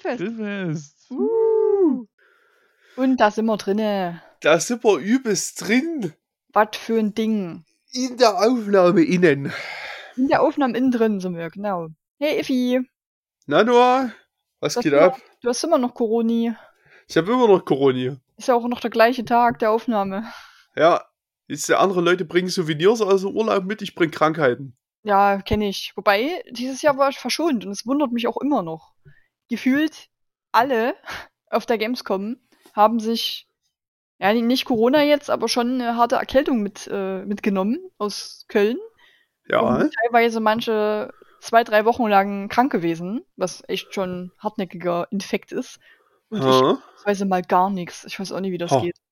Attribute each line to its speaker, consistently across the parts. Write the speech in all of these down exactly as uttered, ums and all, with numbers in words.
Speaker 1: Grillfest.
Speaker 2: Grillfest.
Speaker 1: Uh. Und da sind wir drinne.
Speaker 2: Da sind wir übelst drin.
Speaker 1: Was für ein Ding.
Speaker 2: In der Aufnahme innen.
Speaker 1: In der Aufnahme innen drin sind wir, genau. Hey Effi.
Speaker 2: Na Noah, was geht
Speaker 1: immer,
Speaker 2: ab?
Speaker 1: Du hast immer noch Corona.
Speaker 2: Ich habe immer noch Corona.
Speaker 1: Ist ja auch noch der gleiche Tag der Aufnahme.
Speaker 2: Ja, jetzt andere Leute bringen Souvenirs aus dem Urlaub mit, ich bringe Krankheiten.
Speaker 1: Ja, kenne ich. Wobei, dieses Jahr war ich verschont und es wundert mich auch immer noch. Gefühlt alle auf der Gamescom haben sich, ja nicht Corona jetzt, aber schon eine harte Erkältung mit, äh, mitgenommen aus Köln.
Speaker 2: Ja.
Speaker 1: Und teilweise manche zwei, drei Wochen lang krank gewesen, was echt schon hartnäckiger Infekt ist. Und
Speaker 2: ha.
Speaker 1: ich weiß mal gar nichts. Ich weiß auch nicht, wie das
Speaker 2: ha.
Speaker 1: geht.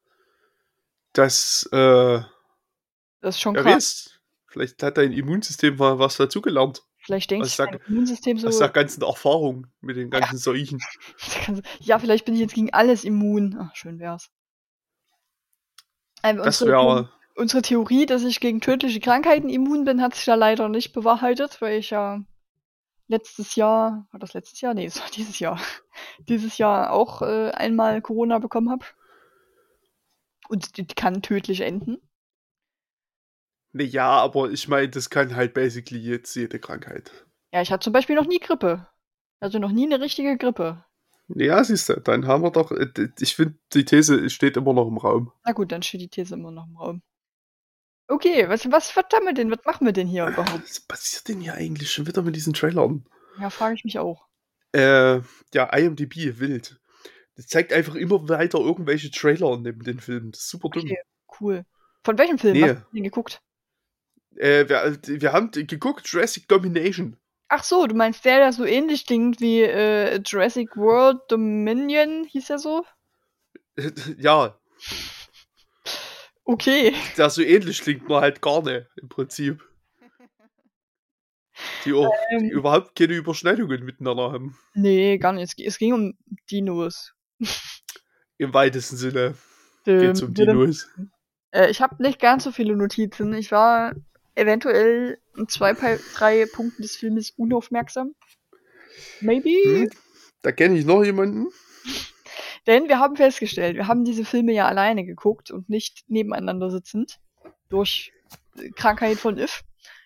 Speaker 2: Das, äh...
Speaker 1: Das ist schon
Speaker 2: wer
Speaker 1: krass.
Speaker 2: weiß, vielleicht hat dein Immunsystem mal was dazugelernt.
Speaker 1: Vielleicht denkt
Speaker 2: aus
Speaker 1: sich
Speaker 2: der,
Speaker 1: dein Immunsystem so...
Speaker 2: Aus der ganzen Erfahrung mit den ganzen
Speaker 1: ja.
Speaker 2: Seuchen.
Speaker 1: Ja, vielleicht bin ich jetzt gegen alles immun. Ach, schön wär's. Also
Speaker 2: das
Speaker 1: unsere,
Speaker 2: wäre...
Speaker 1: unsere Theorie, dass ich gegen tödliche Krankheiten immun bin, hat sich da leider nicht bewahrheitet, weil ich ja letztes Jahr, war das letztes Jahr? Nee, es war dieses Jahr. Dieses Jahr auch äh, einmal Corona bekommen habe. Und die kann tödlich enden.
Speaker 2: Ne, ja, aber ich meine, das kann halt basically jetzt jede Krankheit.
Speaker 1: Ja, ich hatte zum Beispiel noch nie Grippe. Also noch nie eine richtige Grippe.
Speaker 2: Ja, siehst du, dann haben wir doch, ich finde, die These steht immer noch im Raum.
Speaker 1: Na gut, dann steht die These immer noch im Raum. Okay, was, was, was haben wir denn? Was machen wir denn hier überhaupt?
Speaker 2: Was passiert denn hier eigentlich schon wieder mit diesen Trailern?
Speaker 1: Ja, frage ich mich auch.
Speaker 2: Äh, ja, I M D B, wild. Das zeigt einfach immer weiter irgendwelche Trailer neben den Filmen. Das ist super dumm.
Speaker 1: Okay, cool. Von welchem Film
Speaker 2: nee.
Speaker 1: hast du denn geguckt?
Speaker 2: Äh, wir, wir haben geguckt, Jurassic Domination.
Speaker 1: Ach so, du meinst der, der so ähnlich klingt wie äh, Jurassic World Dominion, hieß er so?
Speaker 2: ja.
Speaker 1: Okay.
Speaker 2: Der so ähnlich klingt, nur halt gar nicht, im Prinzip. Die auch ähm, die überhaupt keine Überschneidungen miteinander haben.
Speaker 1: Nee, gar nicht. Es ging um Dinos.
Speaker 2: Im weitesten Sinne geht's um Dinos.
Speaker 1: Äh, ich habe nicht ganz so viele Notizen. Ich war eventuell in zwei, drei Punkten des Filmes unaufmerksam. Maybe?
Speaker 2: Hm, da kenne ich noch jemanden.
Speaker 1: Denn wir haben festgestellt, wir haben diese Filme ja alleine geguckt und nicht nebeneinander sitzend. Durch Krankheit von If.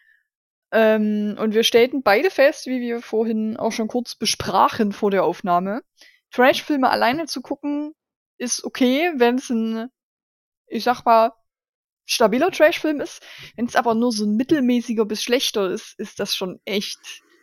Speaker 1: Ähm, und wir stellten beide fest, wie wir vorhin auch schon kurz besprachen vor der Aufnahme. Trash-Filme alleine zu gucken ist okay, wenn es ein, ich sag mal, stabiler Trash-Film ist. Wenn es aber nur so ein mittelmäßiger bis schlechter ist, ist das schon echt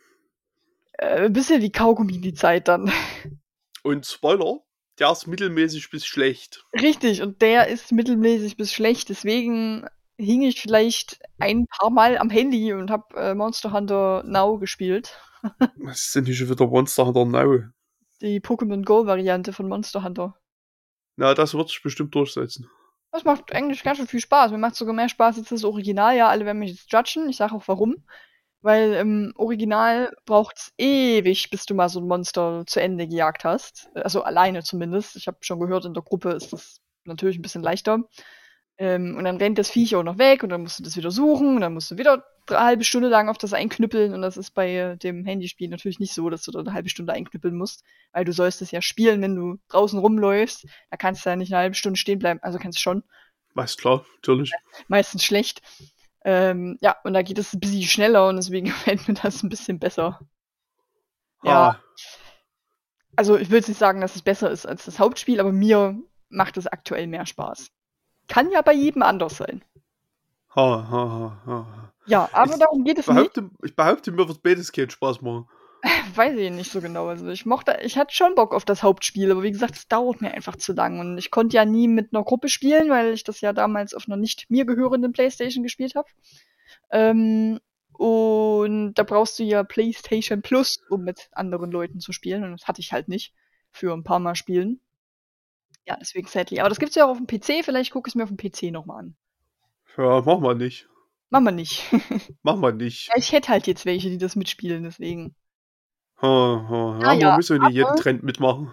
Speaker 1: äh, ein bisschen wie Kaugummi die Zeit dann.
Speaker 2: Und Spoiler, der ist mittelmäßig bis schlecht.
Speaker 1: Richtig, und der ist mittelmäßig bis schlecht. Deswegen hing ich vielleicht ein paar Mal am Handy und hab äh, Monster Hunter Now gespielt.
Speaker 2: Was ist denn hier schon wieder Monster Hunter Now?
Speaker 1: Die Pokémon Go-Variante von Monster Hunter.
Speaker 2: Na, das wird sich bestimmt durchsetzen.
Speaker 1: Das macht eigentlich ganz schön viel Spaß. Mir macht sogar mehr Spaß als das Original. Ja, alle werden mich jetzt judgen. Ich sage auch warum. Weil im Original braucht's ewig, bis du mal so ein Monster zu Ende gejagt hast. Also alleine zumindest. Ich habe schon gehört, in der Gruppe ist das natürlich ein bisschen leichter. Ähm, und dann rennt das Viech auch noch weg und dann musst du das wieder suchen und dann musst du wieder eine halbe Stunde lang auf das einknüppeln und das ist bei dem Handyspiel natürlich nicht so, dass du da eine halbe Stunde einknüppeln musst, weil du sollst es ja spielen, wenn du draußen rumläufst, da kannst du ja nicht eine halbe Stunde stehen bleiben, also kannst du schon.
Speaker 2: Was, klar, natürlich.
Speaker 1: Meistens schlecht. Ähm, ja, und da geht es ein bisschen schneller und deswegen gefällt mir das ein bisschen besser. Ja.
Speaker 2: Ah.
Speaker 1: Also ich will jetzt nicht sagen, dass es besser ist als das Hauptspiel, aber mir macht es aktuell mehr Spaß. Kann ja bei jedem anders sein.
Speaker 2: Ha, ha, ha, ha.
Speaker 1: Ja, aber
Speaker 2: ich
Speaker 1: darum geht es
Speaker 2: behaupte,
Speaker 1: nicht.
Speaker 2: Ich behaupte, mir wird beides keinen Spaß machen.
Speaker 1: Weiß ich nicht so genau. Also ich mochte, ich hatte schon Bock auf das Hauptspiel, aber wie gesagt, es dauert mir einfach zu lang. Und ich konnte ja nie mit einer Gruppe spielen, weil ich das ja damals auf einer nicht mir gehörenden Playstation gespielt habe. Ähm, und da brauchst du ja PlayStation Plus, um mit anderen Leuten zu spielen. Und das hatte ich halt nicht für ein paar Mal spielen. Ja, deswegen sadly. Aber das gibt's ja auch auf dem P C. Vielleicht gucke ich es mir auf dem P C nochmal an.
Speaker 2: Ja, mach mal nicht.
Speaker 1: Mach mal nicht.
Speaker 2: Mach mal nicht.
Speaker 1: Ja, ich hätte halt jetzt welche, die das mitspielen, deswegen.
Speaker 2: Ha, ha. Ja,
Speaker 1: Ah, ja,
Speaker 2: man muss ja nicht
Speaker 1: aber,
Speaker 2: jeden Trend mitmachen.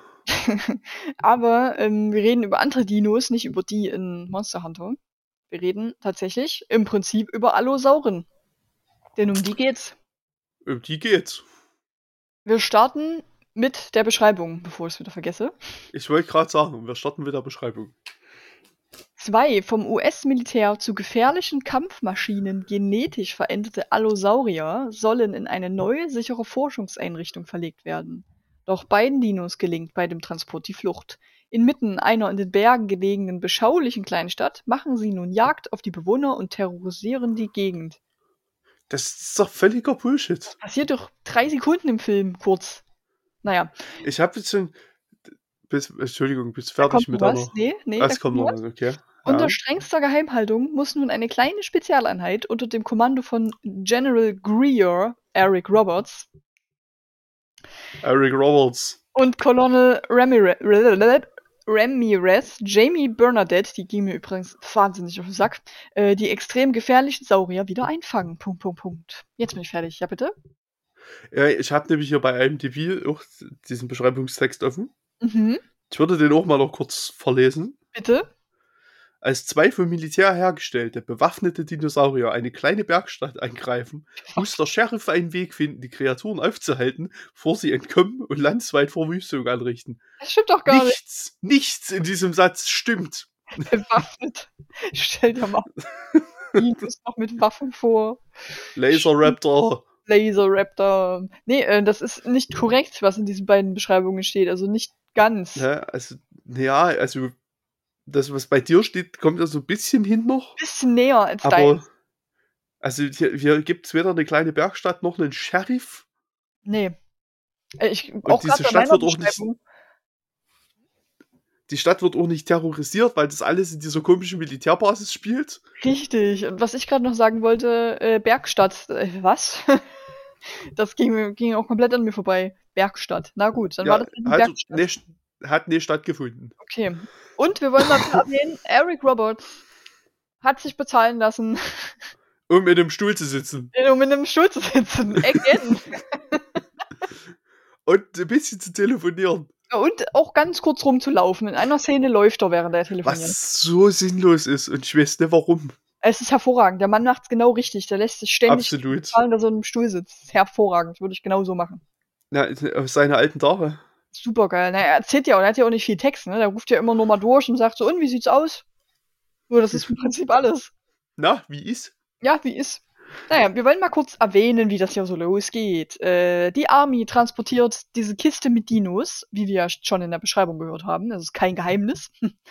Speaker 1: aber ähm, wir reden über andere Dinos, nicht über die in Monster Hunter. Wir reden tatsächlich im Prinzip über Allosauren. Denn um die geht's.
Speaker 2: Um die geht's.
Speaker 1: Wir starten mit der Beschreibung, bevor ich es wieder vergesse.
Speaker 2: Ich wollte gerade sagen, wir starten mit der Beschreibung.
Speaker 1: Zwei vom U S-Militär zu gefährlichen Kampfmaschinen genetisch veränderte Allosaurier sollen in eine neue, sichere Forschungseinrichtung verlegt werden. Doch beiden Dinos gelingt bei dem Transport die Flucht. Inmitten einer in den Bergen gelegenen, beschaulichen Kleinstadt machen sie nun Jagd auf die Bewohner und terrorisieren die Gegend.
Speaker 2: Das ist doch völliger Bullshit.
Speaker 1: Passiert doch drei Sekunden im Film, kurz. Naja.
Speaker 2: Ich habe jetzt schon... Bis, Entschuldigung, bist
Speaker 1: Da
Speaker 2: fertig
Speaker 1: kommt
Speaker 2: mit
Speaker 1: noch
Speaker 2: deiner...
Speaker 1: was? Nee, nee,
Speaker 2: Ah,
Speaker 1: da
Speaker 2: es kommt
Speaker 1: kommt
Speaker 2: noch
Speaker 1: noch was.
Speaker 2: was, okay.
Speaker 1: Unter
Speaker 2: Ja.
Speaker 1: strengster Geheimhaltung muss nun eine kleine Spezialeinheit unter dem Kommando von General Greer, Eric Roberts,
Speaker 2: Eric Roberts.
Speaker 1: und Colonel Ramirez, Ramirez, Jamie Bernadette, die ging mir übrigens wahnsinnig auf den Sack, äh, die extrem gefährlichen Saurier wieder einfangen. Punkt, Punkt, Punkt. Jetzt bin ich fertig. Ja, bitte?
Speaker 2: Ja, ich habe nämlich hier bei I M D B auch diesen Beschreibungstext offen.
Speaker 1: Mhm.
Speaker 2: Ich würde den auch mal noch kurz verlesen.
Speaker 1: Bitte?
Speaker 2: Als zwei vom Militär hergestellte, bewaffnete Dinosaurier eine kleine Bergstadt angreifen, muss der Sheriff einen Weg finden, die Kreaturen aufzuhalten, bevor sie entkommen und landesweit Verwüstung anrichten.
Speaker 1: Das stimmt doch gar nicht.
Speaker 2: Nichts, nichts in diesem Satz stimmt.
Speaker 1: Bewaffnet. Stell dir mal Dinos noch mit Waffen vor.
Speaker 2: Laserraptor.
Speaker 1: Laserraptor. Nee, äh, das ist nicht korrekt, was in diesen beiden Beschreibungen steht. Also nicht ganz.
Speaker 2: Ja, also, ja, also das, was bei dir steht, kommt ja so ein bisschen hin noch.
Speaker 1: Bisschen näher als
Speaker 2: Aber,
Speaker 1: deins.
Speaker 2: also hier, hier gibt es weder eine kleine Bergstadt noch einen Sheriff.
Speaker 1: Nee. Äh, Ich,
Speaker 2: Und
Speaker 1: auch
Speaker 2: diese
Speaker 1: gerade bei
Speaker 2: Stadt
Speaker 1: meiner
Speaker 2: wird auch nicht,
Speaker 1: Beschreibung.
Speaker 2: die Stadt wird auch nicht terrorisiert, weil das alles in dieser komischen Militärbasis spielt.
Speaker 1: Richtig. Und was ich gerade noch sagen wollte, äh, Bergstadt. Äh, was? Das ging, mir- ging auch komplett an mir vorbei. Bergstadt. Na gut, dann war
Speaker 2: Ja,
Speaker 1: das eben
Speaker 2: hat
Speaker 1: Bergstadt.
Speaker 2: nicht, hat nicht stattgefunden.
Speaker 1: Okay. Und wir wollen mal erwähnen, Eric Roberts hat sich bezahlen lassen,
Speaker 2: Um in einem Stuhl zu sitzen.
Speaker 1: um in einem Stuhl zu sitzen. Again.
Speaker 2: Und ein bisschen zu telefonieren.
Speaker 1: Und auch ganz kurz rumzulaufen. In einer Szene läuft er, während er telefoniert.
Speaker 2: Was so sinnlos ist. Und ich weiß nicht warum.
Speaker 1: Es ist hervorragend. Der Mann macht's genau richtig. Der lässt sich ständig
Speaker 2: Absolut.
Speaker 1: bezahlen, dass er in einem Stuhl sitzt. Hervorragend. Würde ich genauso machen.
Speaker 2: Na, aus seiner alten Tage.
Speaker 1: Super geil. Na, er erzählt ja auch, er hat ja auch nicht viel Text, ne? Der ruft ja immer nur mal durch und sagt so, und wie sieht's aus? So, das ist im Prinzip alles.
Speaker 2: Na, wie ist?
Speaker 1: Ja, wie ist? Naja, wir wollen mal kurz erwähnen, wie das hier so losgeht. Äh, die Army transportiert diese Kiste mit Dinos, wie wir ja schon in der Beschreibung gehört haben. Das ist kein Geheimnis.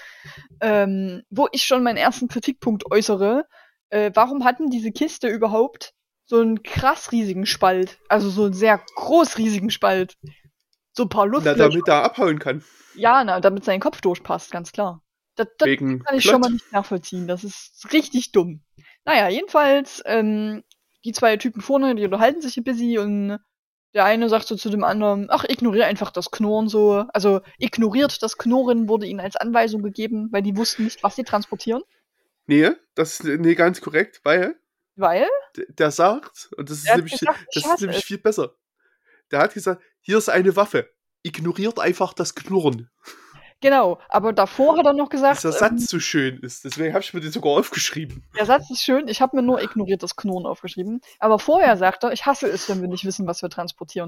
Speaker 1: ähm, wo ich schon meinen ersten Kritikpunkt äußere. Äh, warum hatten diese Kiste überhaupt so einen krass riesigen Spalt? Also so einen sehr groß riesigen Spalt. So ein paar
Speaker 2: Na,
Speaker 1: Luftlöcher.
Speaker 2: damit er abhauen kann.
Speaker 1: Ja, na, damit sein Kopf durchpasst, ganz klar. Das, das
Speaker 2: Wegen
Speaker 1: kann ich
Speaker 2: Plot.
Speaker 1: schon mal nicht nachvollziehen. Das ist richtig dumm. Naja, jedenfalls, ähm, die zwei Typen vorne, die unterhalten sich ein bisschen und der eine sagt so zu dem anderen, ach, ignorier einfach das Knurren so. Also, ignoriert das Knurren wurde ihnen als Anweisung gegeben, weil die wussten nicht, was sie transportieren.
Speaker 2: Nee, das ist nee, ganz korrekt, weil
Speaker 1: Weil,
Speaker 2: d- der sagt, und das ist
Speaker 1: er hat
Speaker 2: nämlich,
Speaker 1: gesagt, ich
Speaker 2: das ist
Speaker 1: hasse
Speaker 2: nämlich
Speaker 1: es.
Speaker 2: viel besser. Der hat gesagt, hier ist eine Waffe. Ignoriert einfach das Knurren.
Speaker 1: Genau, aber davor hat er noch gesagt,
Speaker 2: Dieser
Speaker 1: ähm,
Speaker 2: Satz so schön ist. Deswegen habe ich mir den sogar aufgeschrieben.
Speaker 1: der Satz ist schön, ich habe mir nur ignoriert das Knurren aufgeschrieben. Aber vorher sagt er, ich hasse es, wenn wir nicht wissen, was wir transportieren.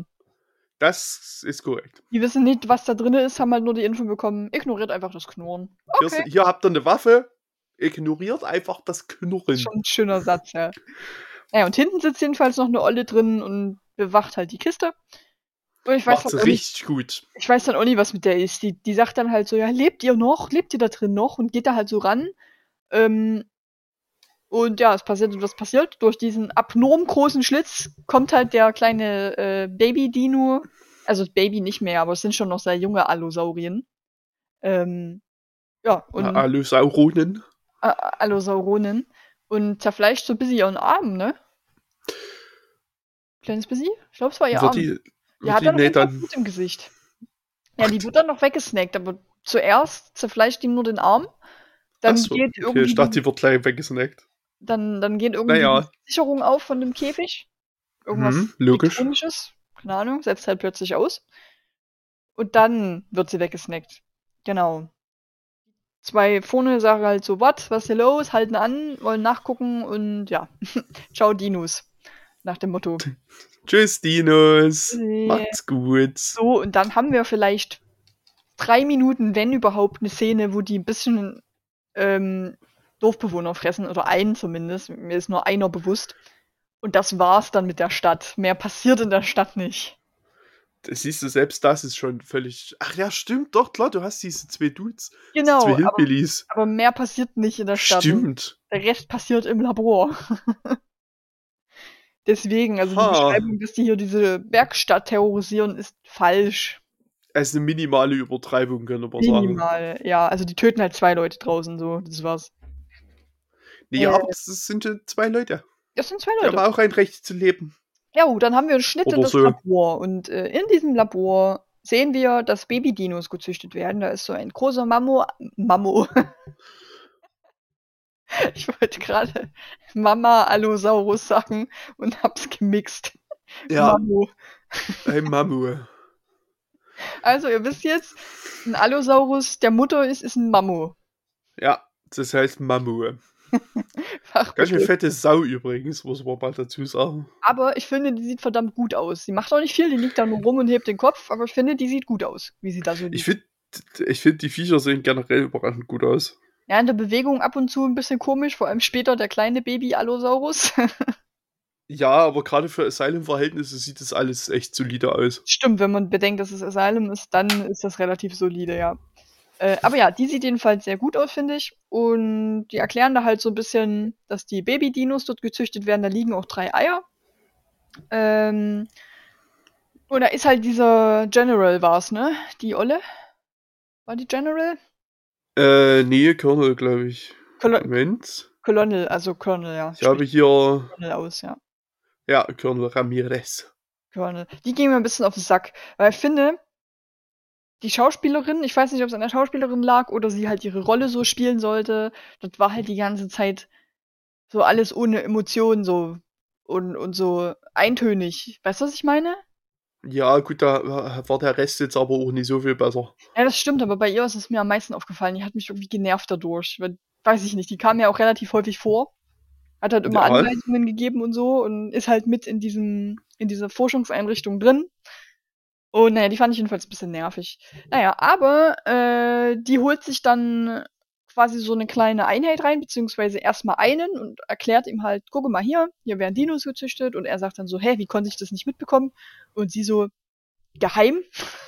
Speaker 2: Das ist korrekt.
Speaker 1: Die wissen nicht, was da drin ist, haben halt nur die Info bekommen, ignoriert einfach das Knurren.
Speaker 2: Hier,
Speaker 1: Okay.
Speaker 2: ist, hier habt ihr eine Waffe. Ignoriert einfach das
Speaker 1: Das ist
Speaker 2: Knurren.
Speaker 1: schon ein schöner Satz, ja. Naja, und hinten sitzt jedenfalls noch eine Olle drin und bewacht halt die Kiste. Und ich weiß,
Speaker 2: Macht sie
Speaker 1: dann auch nicht,
Speaker 2: richtig gut.
Speaker 1: ich weiß dann auch nicht, was mit der ist. Die, die sagt dann halt so, ja, lebt ihr noch? Lebt ihr da drin noch? Und geht da halt so ran. Ähm, und ja, es passiert, was passiert. Durch diesen abnorm großen Schlitz kommt halt der kleine äh, Baby-Dino. Also Baby nicht mehr, aber es sind schon noch sehr junge Allosaurien. Ähm, ja, und
Speaker 2: Na, Allosauronen.
Speaker 1: äh, Allosauronen. Und zerfleischt so ein bisschen ihren Arm, ne? Kleines bisschen? Ich glaube, es war ihr
Speaker 2: Wird
Speaker 1: Arm.
Speaker 2: die,
Speaker 1: Die
Speaker 2: wird
Speaker 1: hat
Speaker 2: die
Speaker 1: dann auf
Speaker 2: nee,
Speaker 1: jeden Fall
Speaker 2: dann.
Speaker 1: Blut im Gesicht. Ja, die wird dann noch weggesnackt, aber zuerst zerfleischt ihm nur den Arm. Dann
Speaker 2: Achso,
Speaker 1: geht
Speaker 2: okay,
Speaker 1: irgendwie
Speaker 2: ich dachte,
Speaker 1: die,
Speaker 2: die wird gleich weggesnackt.
Speaker 1: dann, dann geht irgendwie
Speaker 2: Naja.
Speaker 1: die Sicherung auf von dem Käfig. Irgendwas
Speaker 2: Hm, logisch.
Speaker 1: Elektronisches. Keine Ahnung, setzt halt plötzlich aus. Und dann wird sie weggesnackt. Genau. Zwei vorne sagen halt so, what, was ist hier los? Halten an, wollen nachgucken und ja. Ciao, Dinos. nach dem Motto.
Speaker 2: Tschüss, Dinos.
Speaker 1: Tschüssi.
Speaker 2: Macht's gut.
Speaker 1: So, und dann haben wir vielleicht drei Minuten, wenn überhaupt, eine Szene, wo die ein bisschen ähm, Dorfbewohner fressen, oder einen zumindest. Mir ist nur einer bewusst. Und das war's dann mit der Stadt. Mehr passiert in der Stadt nicht.
Speaker 2: Das siehst du, selbst das ist schon völlig. Ach ja, stimmt, doch, klar, du hast diese zwei Dudes. Diese
Speaker 1: Genau,
Speaker 2: zwei
Speaker 1: aber,
Speaker 2: Hillbillies.
Speaker 1: aber mehr passiert nicht in der Stadt. Und
Speaker 2: Stimmt.
Speaker 1: der Rest passiert im Labor. Deswegen, also die
Speaker 2: Ha.
Speaker 1: Beschreibung, dass die hier diese Werkstatt terrorisieren, ist falsch.
Speaker 2: Es ist eine minimale Übertreibung, kann man sagen.
Speaker 1: Minimal, ja. Also die töten halt zwei Leute draußen, so, das war's.
Speaker 2: Nee,
Speaker 1: Äh.
Speaker 2: aber das sind schon zwei Leute.
Speaker 1: Das sind zwei
Speaker 2: Die haben
Speaker 1: Leute.
Speaker 2: auch ein Recht zu leben.
Speaker 1: Ja gut, dann haben wir einen Schnitt in
Speaker 2: Oder
Speaker 1: das
Speaker 2: so.
Speaker 1: Labor. Und äh, in diesem Labor sehen wir, dass Babydinos gezüchtet werden. Da ist so ein großer Mammo. Mammo. Ich wollte gerade Mama Allosaurus sagen und hab's gemixt.
Speaker 2: Ja.
Speaker 1: Mammo.
Speaker 2: Ein Mammu.
Speaker 1: Also, ihr wisst jetzt, ein Allosaurus, der Mutter ist, ist ein Mammo.
Speaker 2: Ja, das heißt Mammu. Ganz schön
Speaker 1: Fachbegriff.
Speaker 2: fette Sau übrigens, muss man mal dazu sagen.
Speaker 1: Aber ich finde, die sieht verdammt gut aus. Sie macht auch nicht viel, die liegt da nur rum und hebt den Kopf, aber ich finde, die sieht gut aus, wie sie da so liegt.
Speaker 2: Ich finde, ich find, die Viecher sehen generell überraschend gut aus.
Speaker 1: Ja, in der Bewegung ab und zu ein bisschen komisch, vor allem später der kleine Baby-Allosaurus.
Speaker 2: Ja, aber gerade für Asylum-Verhältnisse sieht das alles echt solide aus.
Speaker 1: Stimmt, wenn man bedenkt, dass es Asylum ist, dann ist das relativ solide, ja. Äh, aber ja, die sieht jedenfalls sehr gut aus, finde ich. Und die erklären da halt so ein bisschen, dass die Baby-Dinos dort gezüchtet werden. Da liegen auch drei Eier. Ähm, und da ist halt dieser General war's, ne? Die Olle? War die General?
Speaker 2: Äh, nee, Colonel, glaube ich.
Speaker 1: Colo
Speaker 2: Moment.
Speaker 1: Colonel, also Colonel, ja.
Speaker 2: Ich habe hier.
Speaker 1: Colonel aus, ja.
Speaker 2: Ja, Colonel Ramirez.
Speaker 1: Colonel. Die gehen mir ein bisschen auf den Sack. Weil ich finde, die Schauspielerin, ich weiß nicht, ob es an der Schauspielerin lag oder sie halt ihre Rolle so spielen sollte, das war halt die ganze Zeit so alles ohne Emotionen so und, und so eintönig. Weißt du, was ich meine?
Speaker 2: Ja, gut, da war der Rest jetzt aber auch nicht so viel besser.
Speaker 1: Ja, das stimmt, aber bei ihr ist es mir am meisten aufgefallen. Die hat mich irgendwie genervt dadurch. Weil, weiß ich nicht, die kam ja auch relativ häufig vor. Hat halt immer
Speaker 2: Ja.
Speaker 1: Anweisungen gegeben und so und ist halt mit in diesem, in dieser Forschungseinrichtung drin. Und naja, die fand ich jedenfalls ein bisschen nervig. Naja, aber äh, die holt sich dann quasi so eine kleine Einheit rein, beziehungsweise erstmal einen und erklärt ihm halt, gucke mal hier, hier werden Dinos gezüchtet. Und er sagt dann so, hä, wie konnte ich das nicht mitbekommen? Und sie so, geheim?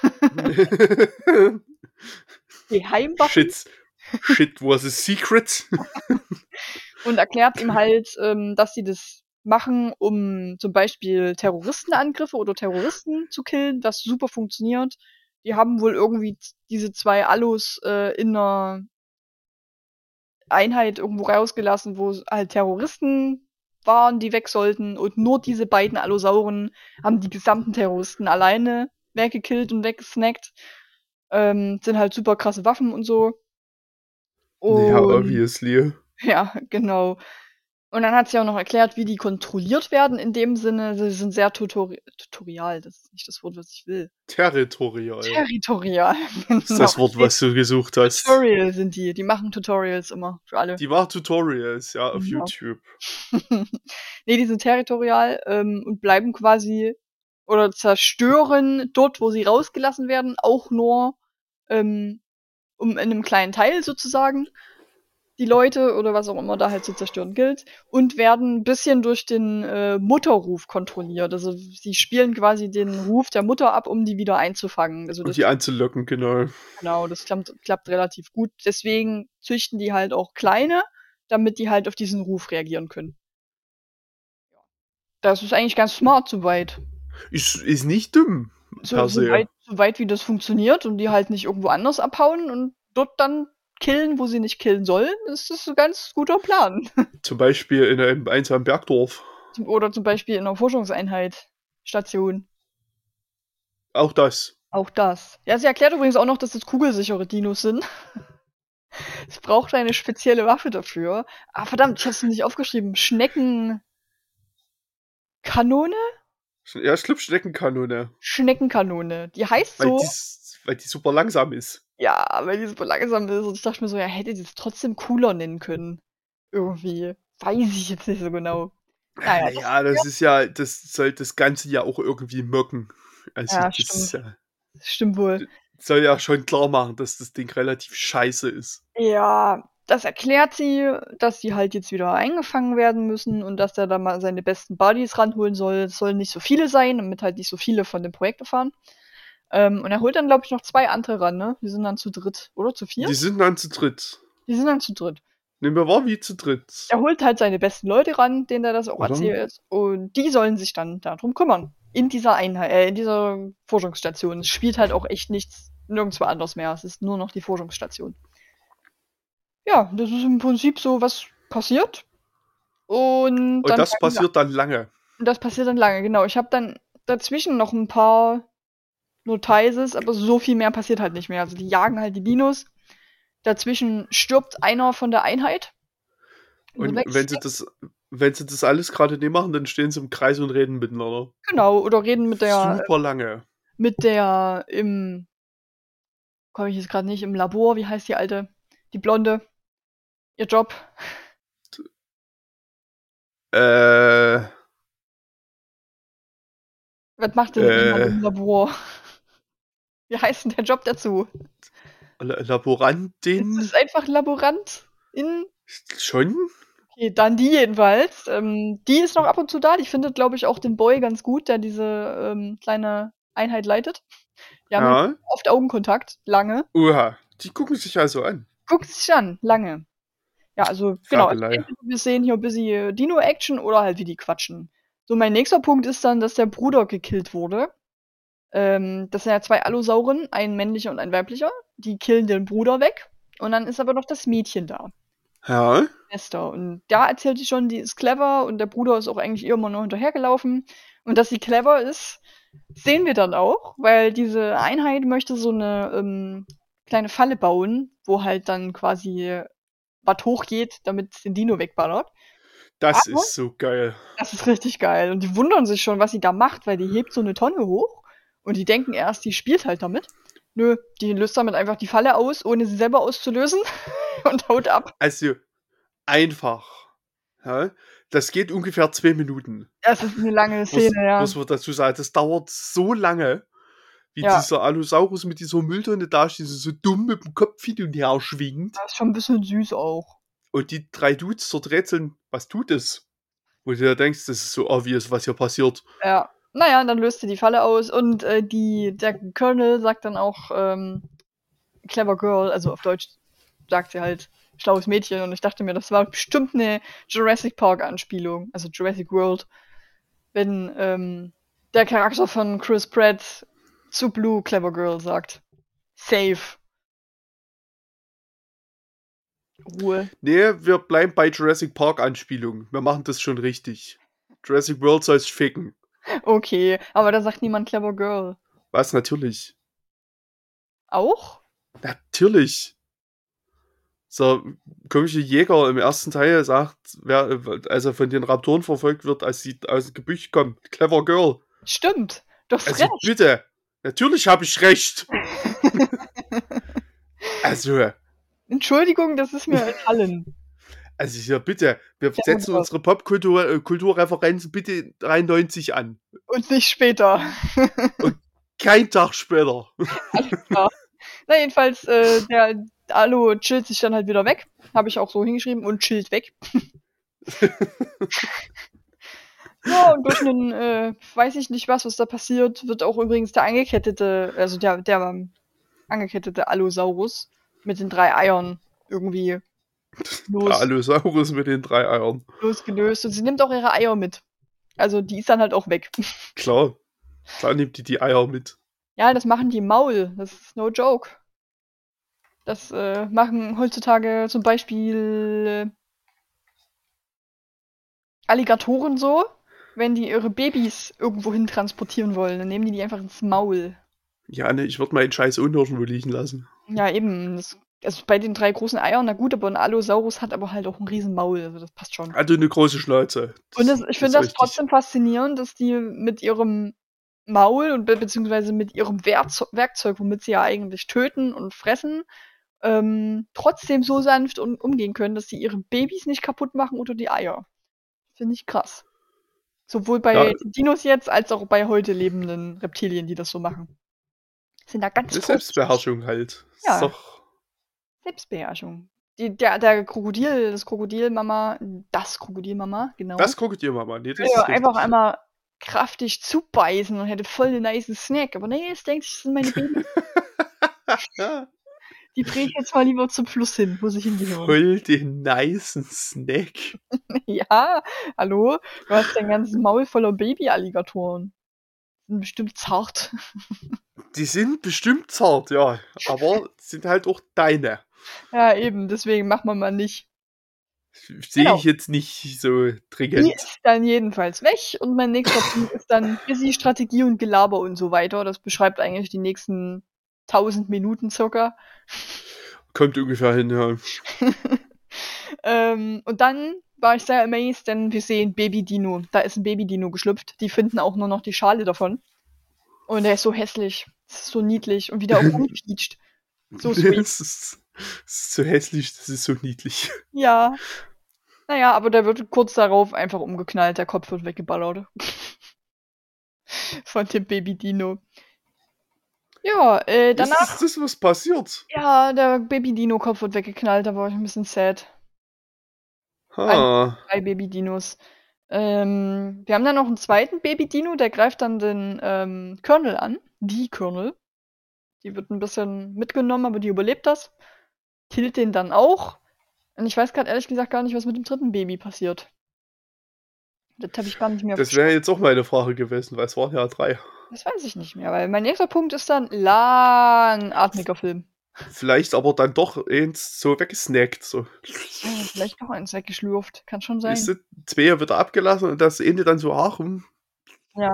Speaker 1: Geheimwaffen?
Speaker 2: Shit. Shit was a secret.
Speaker 1: Und erklärt ihm halt, ähm, dass sie das machen, um zum Beispiel Terroristenangriffe oder Terroristen zu killen, das super funktioniert. Die haben wohl irgendwie z- diese zwei Allos äh, in einer Einheit irgendwo rausgelassen, wo s- halt Terroristen waren, die weg sollten. Und nur diese beiden Allosauren haben die gesamten Terroristen alleine weggekillt und weggesnackt. Ähm, sind halt super krasse Waffen und so.
Speaker 2: Ja,
Speaker 1: Und
Speaker 2: obviously.
Speaker 1: ja, genau. Und dann hat sie auch noch erklärt, wie die kontrolliert werden. In dem Sinne, sie sind sehr tutori tutorial. Das ist nicht das Wort, was ich will.
Speaker 2: Territorial.
Speaker 1: Territorial.
Speaker 2: Das ist das Wort, was du gesucht hast.
Speaker 1: Tutorial sind die. Die machen Tutorials immer für alle.
Speaker 2: Die machen Tutorials, ja, auf
Speaker 1: Genau.
Speaker 2: YouTube.
Speaker 1: Nee, die sind territorial ähm, und bleiben quasi oder zerstören dort, wo sie rausgelassen werden, auch nur ähm, um in einem kleinen Teil sozusagen die Leute oder was auch immer da halt zu zerstören gilt und werden ein bisschen durch den äh, Mutterruf kontrolliert. Also sie spielen quasi den Ruf der Mutter ab, um die wieder einzufangen. Also
Speaker 2: Und
Speaker 1: das,
Speaker 2: die anzulocken, genau.
Speaker 1: genau, das klappt, klappt relativ gut. Deswegen züchten die halt auch kleine, damit die halt auf diesen Ruf reagieren können. Das ist eigentlich ganz smart soweit.
Speaker 2: Ist, ist nicht dumm,
Speaker 1: So,
Speaker 2: per
Speaker 1: so,
Speaker 2: se.
Speaker 1: weit, so weit wie das funktioniert und die halt nicht irgendwo anders abhauen und dort dann killen, wo sie nicht killen sollen, ist das ein ganz guter Plan.
Speaker 2: Zum Beispiel in einem einsamen Bergdorf.
Speaker 1: Zum- Oder zum Beispiel in einer Forschungseinheit, Station.
Speaker 2: Auch das.
Speaker 1: Auch das. Ja, sie erklärt übrigens auch noch, dass das kugelsichere Dinos sind. Es braucht eine spezielle Waffe dafür. Ah, verdammt, ich hab's nicht aufgeschrieben. Schneckenkanone?
Speaker 2: Ja, Schlupfschneckenkanone.
Speaker 1: Schneckenkanone. Die heißt
Speaker 2: Weil,
Speaker 1: so.
Speaker 2: die, s- weil die super langsam ist.
Speaker 1: Ja, weil die super langsam ist. Und ich dachte mir so, ja, hätte die es trotzdem cooler nennen können. Irgendwie. Weiß ich jetzt nicht so genau. Naja,
Speaker 2: Na
Speaker 1: das
Speaker 2: ja, das ist ja das soll das Ganze ja auch irgendwie möcken. Also,
Speaker 1: Ja,
Speaker 2: das ist
Speaker 1: stimmt.
Speaker 2: ja
Speaker 1: Stimmt wohl.
Speaker 2: d soll ja schon klar machen, dass das Ding relativ scheiße ist.
Speaker 1: Ja, das erklärt sie, dass sie halt jetzt wieder eingefangen werden müssen und dass er da mal seine besten Buddies ranholen soll. Es sollen nicht so viele sein, damit halt nicht so viele von dem Projekt erfahren. Ähm, und er holt dann, glaube ich, noch zwei andere ran, ne? Die sind dann zu dritt oder zu
Speaker 2: Die
Speaker 1: viert?
Speaker 2: sind dann zu dritt.
Speaker 1: Die sind dann zu dritt.
Speaker 2: Nehmen wir wahr wie zu dritt,
Speaker 1: Er holt halt seine besten Leute ran, denen er das auch
Speaker 2: oder?
Speaker 1: erzählt, und die sollen sich dann darum kümmern. In dieser Einheit, äh, in dieser Forschungsstation. Es spielt halt auch echt nichts nirgendwo anders mehr. Es ist nur noch die Forschungsstation. Ja, das ist im Prinzip so, was passiert. Und
Speaker 2: Und
Speaker 1: dann
Speaker 2: das
Speaker 1: fangen wir
Speaker 2: passiert dann lange.
Speaker 1: Und das passiert dann lange, genau. Ich habe dann dazwischen noch ein paar Notices, aber so viel mehr passiert halt nicht mehr. Also die jagen halt die Dinos. Dazwischen stirbt einer von der Einheit. Wird
Speaker 2: Und wenn sie
Speaker 1: weggesteckt.
Speaker 2: das wenn sie das alles gerade nicht machen, dann stehen sie im Kreis und reden miteinander.
Speaker 1: Genau, oder reden mit der,
Speaker 2: Super lange.
Speaker 1: mit der im, komme ich jetzt gerade nicht, im Labor, wie heißt die alte? Die Blonde. Ihr Job.
Speaker 2: Äh,
Speaker 1: Was macht denn jemand
Speaker 2: äh,
Speaker 1: im Labor? Wie heißt denn der Job dazu?
Speaker 2: La
Speaker 1: Ist
Speaker 2: Laborantin?
Speaker 1: es einfach Laborant in
Speaker 2: Schon?
Speaker 1: Okay, dann die jedenfalls. Ähm, die ist noch ab und zu da. Die findet, glaube ich, auch den Boy ganz gut, der diese ähm, kleine Einheit leitet. Die haben mit
Speaker 2: Ja.
Speaker 1: oft Augenkontakt, lange.
Speaker 2: Oha, die gucken sich also an.
Speaker 1: Guckt sich an, lange. Ja, also genau, also
Speaker 2: Fabelei.
Speaker 1: entweder wir sehen hier ein bisschen Dino-Action oder halt wie die quatschen. So, mein nächster Punkt ist dann, dass der Bruder gekillt wurde. Ähm, das sind ja zwei Allosauren, ein männlicher und ein weiblicher. Die killen den Bruder weg. Und dann ist aber noch das Mädchen da.
Speaker 2: Ja.
Speaker 1: Schwester. Und da erzählt sie schon, die ist clever und der Bruder ist auch eigentlich ihr immer nur hinterhergelaufen. Und dass sie clever ist, sehen wir dann auch, weil diese Einheit möchte so eine ähm, kleine Falle bauen, wo halt dann quasi was hochgeht, damit es den Dino wegballert.
Speaker 2: Das
Speaker 1: Aber
Speaker 2: ist so geil.
Speaker 1: das ist richtig geil. Und die wundern sich schon, was sie da macht, weil die hebt so eine Tonne hoch und die denken erst, die spielt halt damit. Nö, die löst damit einfach die Falle aus, ohne sie selber auszulösen und haut ab.
Speaker 2: Also, einfach. Ja. Das geht ungefähr zwei Minuten.
Speaker 1: Das ist eine lange
Speaker 2: Muss
Speaker 1: Szene, ja.
Speaker 2: muss man dazu sagen, das dauert so lange, wie
Speaker 1: Ja,
Speaker 2: dieser Allosaurus mit dieser Mülltonne dasteht, so dumm mit dem Kopf hin und her schwingt
Speaker 1: das ist schon ein bisschen süß auch.
Speaker 2: und die drei Dudes dort rätseln: „Was tut es?" Wo du dir denkst, das ist so obvious, was hier passiert.
Speaker 1: Ja. Na ja, dann löst sie die Falle aus und, äh, die der Colonel sagt dann auch, ähm, „Clever Girl", also auf Deutsch sagt sie halt „schlaues Mädchen", und ich dachte mir, das war bestimmt 'ne Jurassic Park-Anspielung, also Jurassic World, wenn, ähm, der Charakter von Chris Pratt zu Blue „Clever Girl" sagt. Safe. Ruhe.
Speaker 2: Ne, wir bleiben bei Jurassic Park Anspielungen. Wir machen das schon richtig. Jurassic World soll's ficken.
Speaker 1: Okay, aber da sagt niemand „Clever Girl".
Speaker 2: Was? Natürlich.
Speaker 1: Auch?
Speaker 2: Natürlich. So komische Jäger im ersten Teil sagt, wer, äh, als er von den Raptoren verfolgt wird, als sie aus dem Gebüsch kommen: „Clever Girl."
Speaker 1: Stimmt, du hast
Speaker 2: Also
Speaker 1: recht.
Speaker 2: bitte. Natürlich habe ich recht. Also
Speaker 1: Entschuldigung, das ist mir entfallen.
Speaker 2: also hier bitte, wir
Speaker 1: Clever
Speaker 2: setzen
Speaker 1: Girl.
Speaker 2: unsere Popkultur äh, Kulturreferenzen bitte dreiundneunzig an
Speaker 1: Und nicht später.
Speaker 2: und kein Tag später.
Speaker 1: Alles klar. Na, jedenfalls, äh, der Alu chillt sich dann halt wieder weg. Habe ich auch so hingeschrieben, und chillt weg. Ja, und durch 'nen, äh, weiß ich nicht was, was da passiert, wird auch übrigens der angekettete, also der der ähm, angekettete Allosaurus mit den drei Eiern irgendwie
Speaker 2: Der
Speaker 1: los
Speaker 2: Allosaurus mit den drei Eiern.
Speaker 1: losgelöst, und sie nimmt auch ihre Eier mit. Also, die ist dann halt auch weg.
Speaker 2: Klar, klar nimmt die die Eier mit.
Speaker 1: Ja, das machen die im Maul. Das ist no joke. Das, äh, machen heutzutage zum Beispiel Alligatoren so, wenn die ihre Babys irgendwohin transportieren wollen, dann nehmen die die einfach ins Maul.
Speaker 2: Ja, ne, ich würde meinen Scheiß unnirgendwo liegen lassen.
Speaker 1: Ja, eben. Das, also bei den drei großen Eiern, na gut, aber ein Allosaurus hat aber halt auch ein riesen Maul, also das passt schon.
Speaker 2: Hatte 'ne große Schnauze.
Speaker 1: Und
Speaker 2: Das
Speaker 1: das, ich
Speaker 2: ist
Speaker 1: finde das
Speaker 2: richtig.
Speaker 1: trotzdem faszinierend, dass die mit ihrem Maul und be beziehungsweise mit ihrem Werkzeu Werkzeug, womit sie ja eigentlich töten und fressen, ähm, trotzdem so sanft um umgehen können, dass sie ihre Babys nicht kaputt machen oder die Eier. Finde ich krass. Sowohl bei
Speaker 2: Ja,
Speaker 1: den Dinos jetzt, als auch bei heute lebenden Reptilien, die das so machen. Sind da ganz
Speaker 2: eine
Speaker 1: vorsichtig.
Speaker 2: Selbstbeherrschung halt. Ist
Speaker 1: Ja,
Speaker 2: doch.
Speaker 1: Selbstbeherrschung. Die, der, der Krokodil, das Krokodilmama, das Krokodilmama, genau.
Speaker 2: Das Krokodilmama, nee, das
Speaker 1: Ja,
Speaker 2: ist
Speaker 1: einfach
Speaker 2: richtig.
Speaker 1: einmal kräftig zubeißen und hätte voll den nice Snack. Aber nee, es denkt sich, das sind meine Babys. Die bringe ich jetzt mal lieber zum Fluss hin, wo sie hingehören.
Speaker 2: Voll den nicen Snack.
Speaker 1: Ja, hallo? Du hast dein ganzes Maul voller Baby-Alligatoren. Sind bestimmt zart.
Speaker 2: Die sind bestimmt zart, ja. Aber sind halt auch deine.
Speaker 1: Ja, eben, deswegen machen wir mal nicht.
Speaker 2: Sehe
Speaker 1: Genau.
Speaker 2: ich jetzt nicht so
Speaker 1: Die
Speaker 2: dringend.
Speaker 1: ist dann jedenfalls weg und mein nächster Punkt ist dann Busy, Strategie und Gelaber und so weiter. Das beschreibt eigentlich die nächsten tausend Minuten circa.
Speaker 2: Kommt ungefähr hin, ja.
Speaker 1: ähm, und dann war ich sehr amazed, denn wir sehen Baby Dino. Da ist ein Baby Dino geschlüpft. Die finden auch nur noch die Schale davon. Und der ist so hässlich. Das ist so niedlich. Und wie der auch rumquietscht. So sweet.
Speaker 2: Das ist, das ist so hässlich, das ist so niedlich.
Speaker 1: Ja. Naja, aber der wird kurz darauf einfach umgeknallt. Der Kopf wird weggeballert. Von dem Baby Dino. Ja, äh, danach.
Speaker 2: Ist das, das was passiert?
Speaker 1: Ja, der Baby Dino-Kopf wird weggeknallt. Da war ich ein bisschen sad. Ein,
Speaker 2: Ha.
Speaker 1: zwei Baby Dinos. Ähm, wir haben dann noch einen zweiten Baby Dino, der greift dann den ähm, Colonel an. Die Colonel. Die wird ein bisschen mitgenommen, aber die überlebt das. Killt den dann auch. Und ich weiß gerade ehrlich gesagt gar nicht, was mit dem dritten Baby passiert. Das habe ich gar nicht mehr auf
Speaker 2: Das
Speaker 1: dem
Speaker 2: wäre
Speaker 1: Schirm.
Speaker 2: jetzt auch meine Frage gewesen, weil es waren ja drei.
Speaker 1: Das weiß ich nicht mehr, weil mein nächster Punkt ist dann langatmiger Film.
Speaker 2: Vielleicht aber dann doch eins so weggesnackt. So.
Speaker 1: Ja, vielleicht noch eins weggeschlürft. Kann schon sein.
Speaker 2: Ist das zwei wieder abgelassen und das Ende dann so Aachen?
Speaker 1: Ja.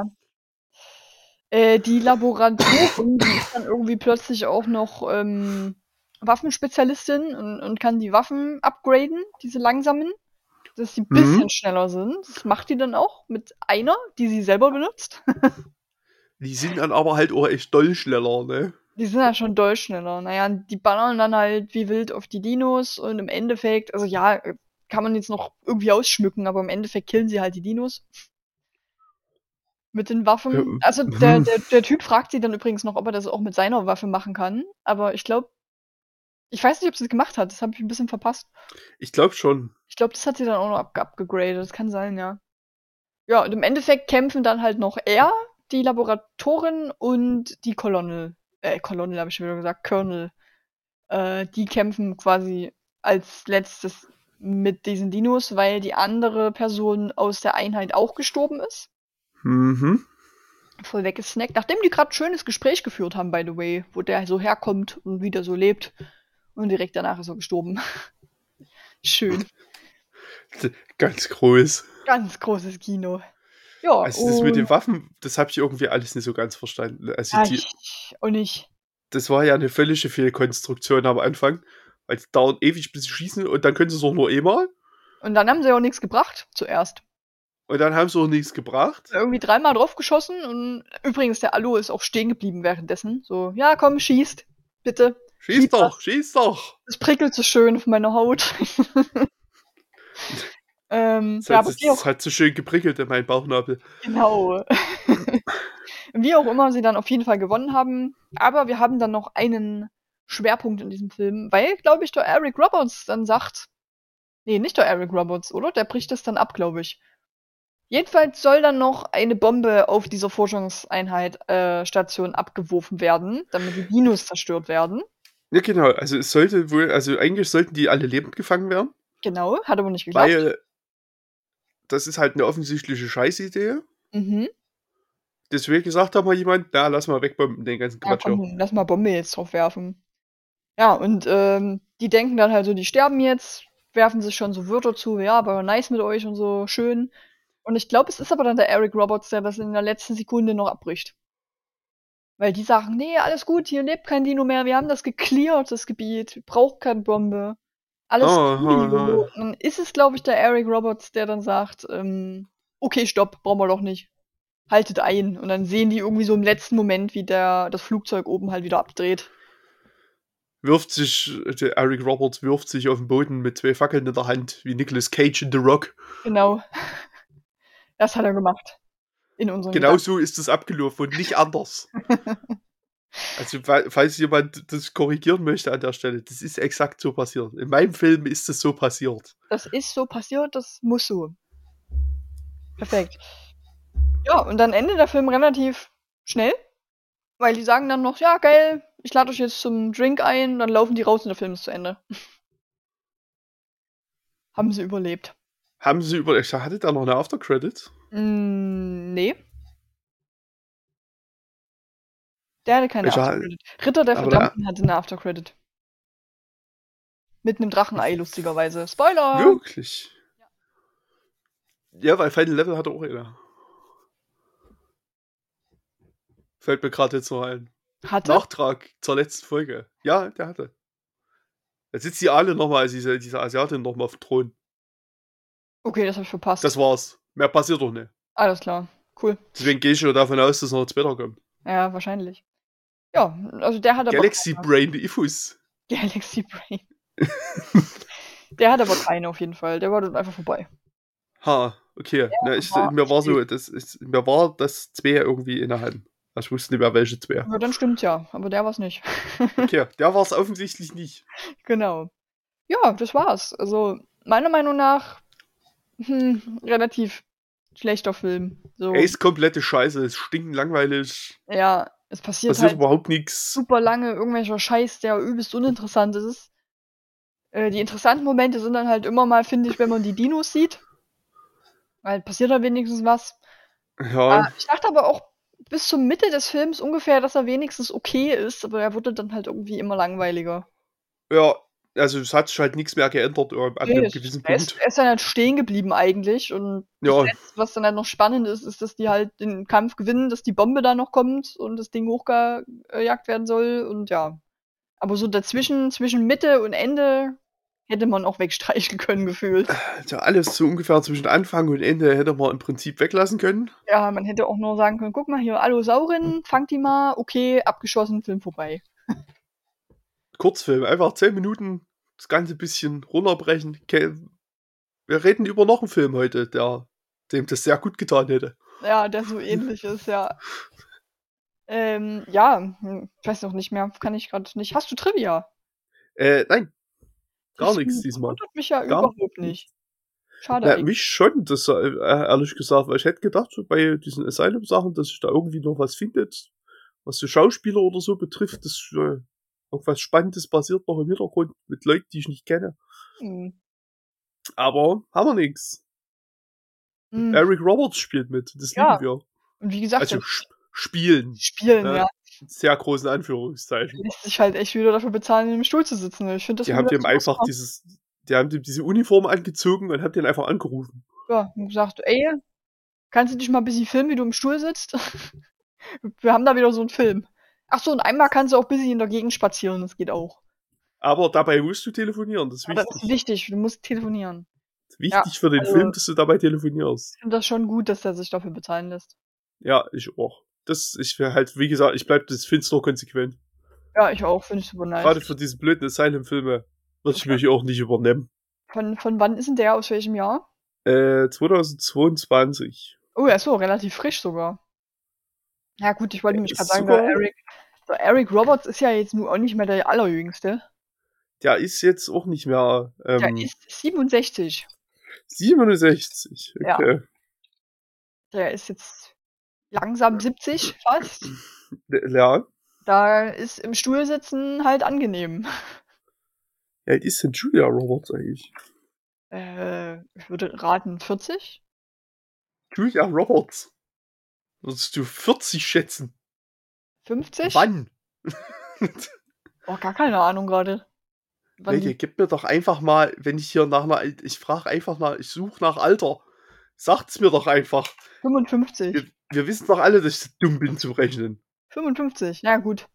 Speaker 1: Äh, die Laboratorin, die ist dann irgendwie plötzlich auch noch ähm, Waffenspezialistin und, und kann die Waffen upgraden, diese langsamen, dass sie ein bisschen
Speaker 2: Mhm.
Speaker 1: schneller sind. Das macht die dann auch mit einer, die sie selber benutzt.
Speaker 2: Die sind dann aber halt auch echt doll schneller, ne?
Speaker 1: Die sind ja schon doll schneller. Naja, die ballern dann halt wie wild auf die Dinos und im Endeffekt, also ja, kann man jetzt noch irgendwie ausschmücken, aber im Endeffekt killen sie halt die Dinos. Mit den Waffen. Also der,
Speaker 2: Hm.
Speaker 1: der, der Typ fragt sie dann übrigens noch, ob er das auch mit seiner Waffe machen kann. Aber ich glaube, ich weiß nicht, ob sie es gemacht hat. Das habe ich ein bisschen verpasst.
Speaker 2: Ich glaube schon.
Speaker 1: Ich glaube, das hat sie dann auch noch up abgegradet. Das kann sein, ja. Ja, und im Endeffekt kämpfen dann halt noch er, die Laboratorin und die Colonel. Äh, Colonel habe ich schon wieder gesagt, Colonel. Äh, die kämpfen quasi als letztes mit diesen Dinos, weil die andere Person aus der Einheit auch gestorben ist.
Speaker 2: Mhm.
Speaker 1: Voll weggesnackt. Nachdem die gerade ein schönes Gespräch geführt haben, by the way, wo der so herkommt und wieder so lebt. Und direkt danach ist er gestorben. Schön.
Speaker 2: Ganz groß.
Speaker 1: Ganz großes Kino. Ja,
Speaker 2: Also das mit
Speaker 1: und
Speaker 2: den Waffen, das habe ich irgendwie alles nicht so ganz verstanden. Also
Speaker 1: ja,
Speaker 2: die,
Speaker 1: ich auch nicht.
Speaker 2: das war ja eine völlige Fehlkonstruktion am Anfang. Weil es dauert ewig, bis sie schießen und dann können sie es auch nur einmal.
Speaker 1: Und dann haben sie auch nichts gebracht, zuerst.
Speaker 2: Und dann haben sie auch nichts gebracht.
Speaker 1: Irgendwie dreimal drauf geschossen und übrigens, der Alu ist auch stehen geblieben währenddessen. So, ja, komm, schießt. Bitte.
Speaker 2: Schieß
Speaker 1: Gib
Speaker 2: doch,
Speaker 1: was.
Speaker 2: schieß doch.
Speaker 1: Es prickelt so schön auf meiner Haut. ähm,
Speaker 2: Das
Speaker 1: ja,
Speaker 2: hat,
Speaker 1: aber wie auch,
Speaker 2: das hat so schön geprickelt in meinem Bauchnabel.
Speaker 1: genau. Wie auch immer sie dann auf jeden Fall gewonnen haben. Aber wir haben dann noch einen Schwerpunkt in diesem Film, weil, glaube ich, der Eric Roberts dann sagt, nee, nicht der Eric Roberts, oder? Der bricht das dann ab, glaube ich. Jedenfalls soll dann noch eine Bombe auf dieser Forschungseinheit äh, Station abgeworfen werden, damit die Dinos zerstört werden.
Speaker 2: Ja, genau. Also es sollte wohl, also eigentlich sollten die alle lebend gefangen werden,
Speaker 1: Genau, hat aber nicht geklappt.
Speaker 2: weil das ist halt eine offensichtliche Scheißidee.
Speaker 1: Mhm.
Speaker 2: Deswegen sagt da mal jemand, na, lass mal wegbomben, den ganzen
Speaker 1: Ja,
Speaker 2: Quatsch auch.
Speaker 1: komm, lass mal Bombe jetzt drauf werfen. Ja, und ähm, die denken dann halt so, die sterben jetzt, werfen sich schon so Wörter zu, ja, aber nice mit euch und so, schön. Und ich glaube, es ist aber dann der Eric Roberts, der das in der letzten Sekunde noch abbricht. Weil die sagen, nee, alles gut, hier lebt kein Dino mehr, wir haben das gecleart, das Gebiet, wir brauchen keine Bombe. Alles
Speaker 2: Ah, ah,
Speaker 1: coolio.
Speaker 2: ah.
Speaker 1: Und dann ist es, glaube ich, der Eric Roberts, der dann sagt, ähm, okay, stopp, brauchen wir doch nicht. Haltet ein. Und dann sehen die irgendwie so im letzten Moment, wie der das Flugzeug oben halt wieder abdreht.
Speaker 2: Wirft sich, der Eric Roberts wirft sich auf den Boden mit zwei Fackeln in der Hand, wie Nicolas Cage in The Rock.
Speaker 1: Genau. Das hat er gemacht. In unseren
Speaker 2: Genau
Speaker 1: Gedanken.
Speaker 2: so ist es abgelaufen und nicht anders. Also, fa falls jemand das korrigieren möchte an der Stelle, das ist exakt so passiert. In meinem Film ist es so passiert.
Speaker 1: Das ist so passiert, das muss so. Perfekt. Ja, und dann endet der Film relativ schnell, weil die sagen dann noch: „Ja, geil, ich lade euch jetzt zum Drink ein“, dann laufen die raus und der Film ist zu Ende. Haben sie überlebt.
Speaker 2: Haben sie über ich hatte da noch 'ne After-Credit?
Speaker 1: Hm, ne. Der hatte keine
Speaker 2: Welcher
Speaker 1: After-Credit. Ritter der
Speaker 2: aber der
Speaker 1: Verdammten hatte 'ne After-Credit. Mit 'nem Drachenei, lustigerweise. Spoiler!
Speaker 2: Wirklich? Ja, weil Final Level hatte auch eine. Fällt mir grad jetzt noch ein.
Speaker 1: Hatte?
Speaker 2: Nachtrag zur letzten Folge. Ja, der hatte. Da sitzt die Aale noch mal als diese diese Asiatin noch mal auf'm Thron.
Speaker 1: Okay, das habe ich verpasst.
Speaker 2: Das war's. Mehr passiert doch nicht.
Speaker 1: Alles klar, cool.
Speaker 2: Deswegen gehe ich schon davon aus, dass noch 'n zweiter kommt.
Speaker 1: Ja, wahrscheinlich. Ja, also der hat aber
Speaker 2: Galaxy
Speaker 1: keine.
Speaker 2: Brain Ifus.
Speaker 1: Galaxy Brain. Der hat aber keine auf jeden Fall. Der war dann einfach vorbei.
Speaker 2: Ha, okay.
Speaker 1: Der
Speaker 2: Ne, ich
Speaker 1: war
Speaker 2: mir war
Speaker 1: still.
Speaker 2: so das ist mir war das zwei irgendwie innehalten. Ich wusste nicht mehr, welche zwei.
Speaker 1: Ja, dann stimmt's ja, aber der war's nicht.
Speaker 2: Okay, der war's offensichtlich nicht.
Speaker 1: Genau. Ja, das war's. Also, meiner Meinung nach, hm, relativ schlechter Film. So,
Speaker 2: Er ist komplette Scheiße, ist stinklangweilig,
Speaker 1: ja, es passiert
Speaker 2: passiert
Speaker 1: halt
Speaker 2: überhaupt nix.
Speaker 1: super lange irgendwelcher Scheiß, der übelst uninteressant ist. Äh, die interessanten Momente sind dann halt immer mal, finde ich, wenn man die Dinos sieht. Weil passiert da wenigstens was. Äh,
Speaker 2: Ja,
Speaker 1: ich dachte aber auch bis zur Mitte des Films ungefähr, dass er wenigstens okay ist, aber er wurde dann halt irgendwie immer langweiliger.
Speaker 2: ja, also es hat sich halt nix mehr geändert, äh, ab
Speaker 1: Ne,
Speaker 2: 'nem
Speaker 1: es
Speaker 2: gewissen
Speaker 1: er ist
Speaker 2: Punkt.
Speaker 1: er ist dann halt stehen geblieben eigentlich und das
Speaker 2: Ja,
Speaker 1: Letzte, was dann halt noch spannend ist, ist, dass die halt den Kampf gewinnen, dass die Bombe da noch kommt und das Ding hochgejagt werden soll und ja. Aber so dazwischen, zwischen Mitte und Ende hätte man auch wegstreichen können gefühlt.
Speaker 2: also alles so ungefähr zwischen Anfang und Ende hätte man im Prinzip weglassen können.
Speaker 1: Ja, man hätte auch nur sagen können: „Guck mal hier, Allosaurier, fangt die mal, okay, abgeschossen, Film vorbei.“
Speaker 2: Kurzfilm, einfach zehn Minuten, das Ganze bisschen runterbrechen. Ke wir reden über noch 'n Film heute, der dem das sehr gut getan hätte.
Speaker 1: Ja, der so ähnlich ist, ja. Ähm, ja, hm, ich weiß noch nicht mehr, kann ich grad nicht. Hast du Trivia?
Speaker 2: Äh, nein, gar
Speaker 1: Das
Speaker 2: nix
Speaker 1: wu
Speaker 2: diesmal.
Speaker 1: wundert mich ja
Speaker 2: Gar
Speaker 1: überhaupt
Speaker 2: nichts.
Speaker 1: nicht. Schade
Speaker 2: Na,
Speaker 1: eigentlich.
Speaker 2: mich schon, das, äh, ehrlich gesagt, weil ich hätte gedacht, so bei diesen Asylum-Sachen, dass sich da irgendwie noch was findet, was so Schauspieler oder so betrifft, dass äh, irgendwas Spannendes passiert noch im Hintergrund mit Leuten, die ich nicht kenne.
Speaker 1: Mhm.
Speaker 2: Aber haben wir nix.
Speaker 1: Hm,
Speaker 2: Eric Roberts spielt mit, das lieben
Speaker 1: ja,
Speaker 2: wir.
Speaker 1: und wie gesagt,
Speaker 2: Also
Speaker 1: der
Speaker 2: sp spielen,
Speaker 1: spielen,
Speaker 2: ne?
Speaker 1: ja.
Speaker 2: In sehr großen Anführungszeichen.
Speaker 1: Lässt sich halt echt wieder dafür bezahlen, in 'nem Stuhl zu sitzen. Ich finde das
Speaker 2: Die
Speaker 1: schon
Speaker 2: haben
Speaker 1: wieder
Speaker 2: dem
Speaker 1: super
Speaker 2: einfach
Speaker 1: smart.
Speaker 2: dieses die haben dem diese Uniform angezogen und haben den einfach angerufen.
Speaker 1: Ja, und gesagt: „Ey, kannst du dich mal 'n bisschen filmen, wie du im Stuhl sitzt? Wir haben da wieder so 'n Film.“ Ach so, und einmal kannst du auch bisschen in der Gegend spazieren, das geht auch.
Speaker 2: Aber dabei musst du telefonieren, das ist
Speaker 1: Ja, das ist
Speaker 2: wichtig.
Speaker 1: wichtig, du musst telefonieren. Ja,
Speaker 2: Wichtig für den Film,
Speaker 1: also,
Speaker 2: dass du dabei telefonierst.
Speaker 1: ich finde das schon gut, dass der sich dafür bezahlen lässt.
Speaker 2: Ja, ich auch. Das ich wäre halt, wie gesagt, ich bleibe das finster konsequent.
Speaker 1: Ja, ich auch, finde ich super nice.
Speaker 2: Grade für diese blöden Asylum-Filme würde ich
Speaker 1: Okay.
Speaker 2: mich hier auch nicht übernehmen.
Speaker 1: Von von wann ist 'n der? Aus welchem Jahr?
Speaker 2: Äh, zweitausendzweiundzwanzig.
Speaker 1: Oh, er ist so relativ frisch sogar. Ja gut, ich wollte
Speaker 2: Der
Speaker 1: nämlich grad
Speaker 2: ist
Speaker 1: sagen, der
Speaker 2: sogar
Speaker 1: Eric der Eric Roberts ist ja jetzt nun auch nicht mehr der Allerjüngste.
Speaker 2: der ist jetzt auch nicht mehr,
Speaker 1: Der
Speaker 2: ähm
Speaker 1: ist siebenundsechzig.
Speaker 2: siebenundsechzig,
Speaker 1: Ja,
Speaker 2: okay.
Speaker 1: der ist jetzt langsam siebzig fast.
Speaker 2: D ja.
Speaker 1: Da ist im Stuhl sitzen halt angenehm.
Speaker 2: Wie alt ist denn Julia Roberts eigentlich?
Speaker 1: Äh, ich würde raten vierzig?
Speaker 2: Julia Roberts. Würdest du vierzig schätzen?
Speaker 1: fünfzig?
Speaker 2: Wann?
Speaker 1: Oh, gar keine Ahnung grade. Wann
Speaker 2: Leute,
Speaker 1: die
Speaker 2: gebt mir doch einfach mal, wenn ich hier nach 'ner Al ich frage einfach nach ich suche nach Alter. Sagt's mir doch einfach. Wir
Speaker 1: fünfundfünfzig.
Speaker 2: wir wissen doch alle, dass ich so dumm bin zum Rechnen.
Speaker 1: fünfundfünfzig, ja gut.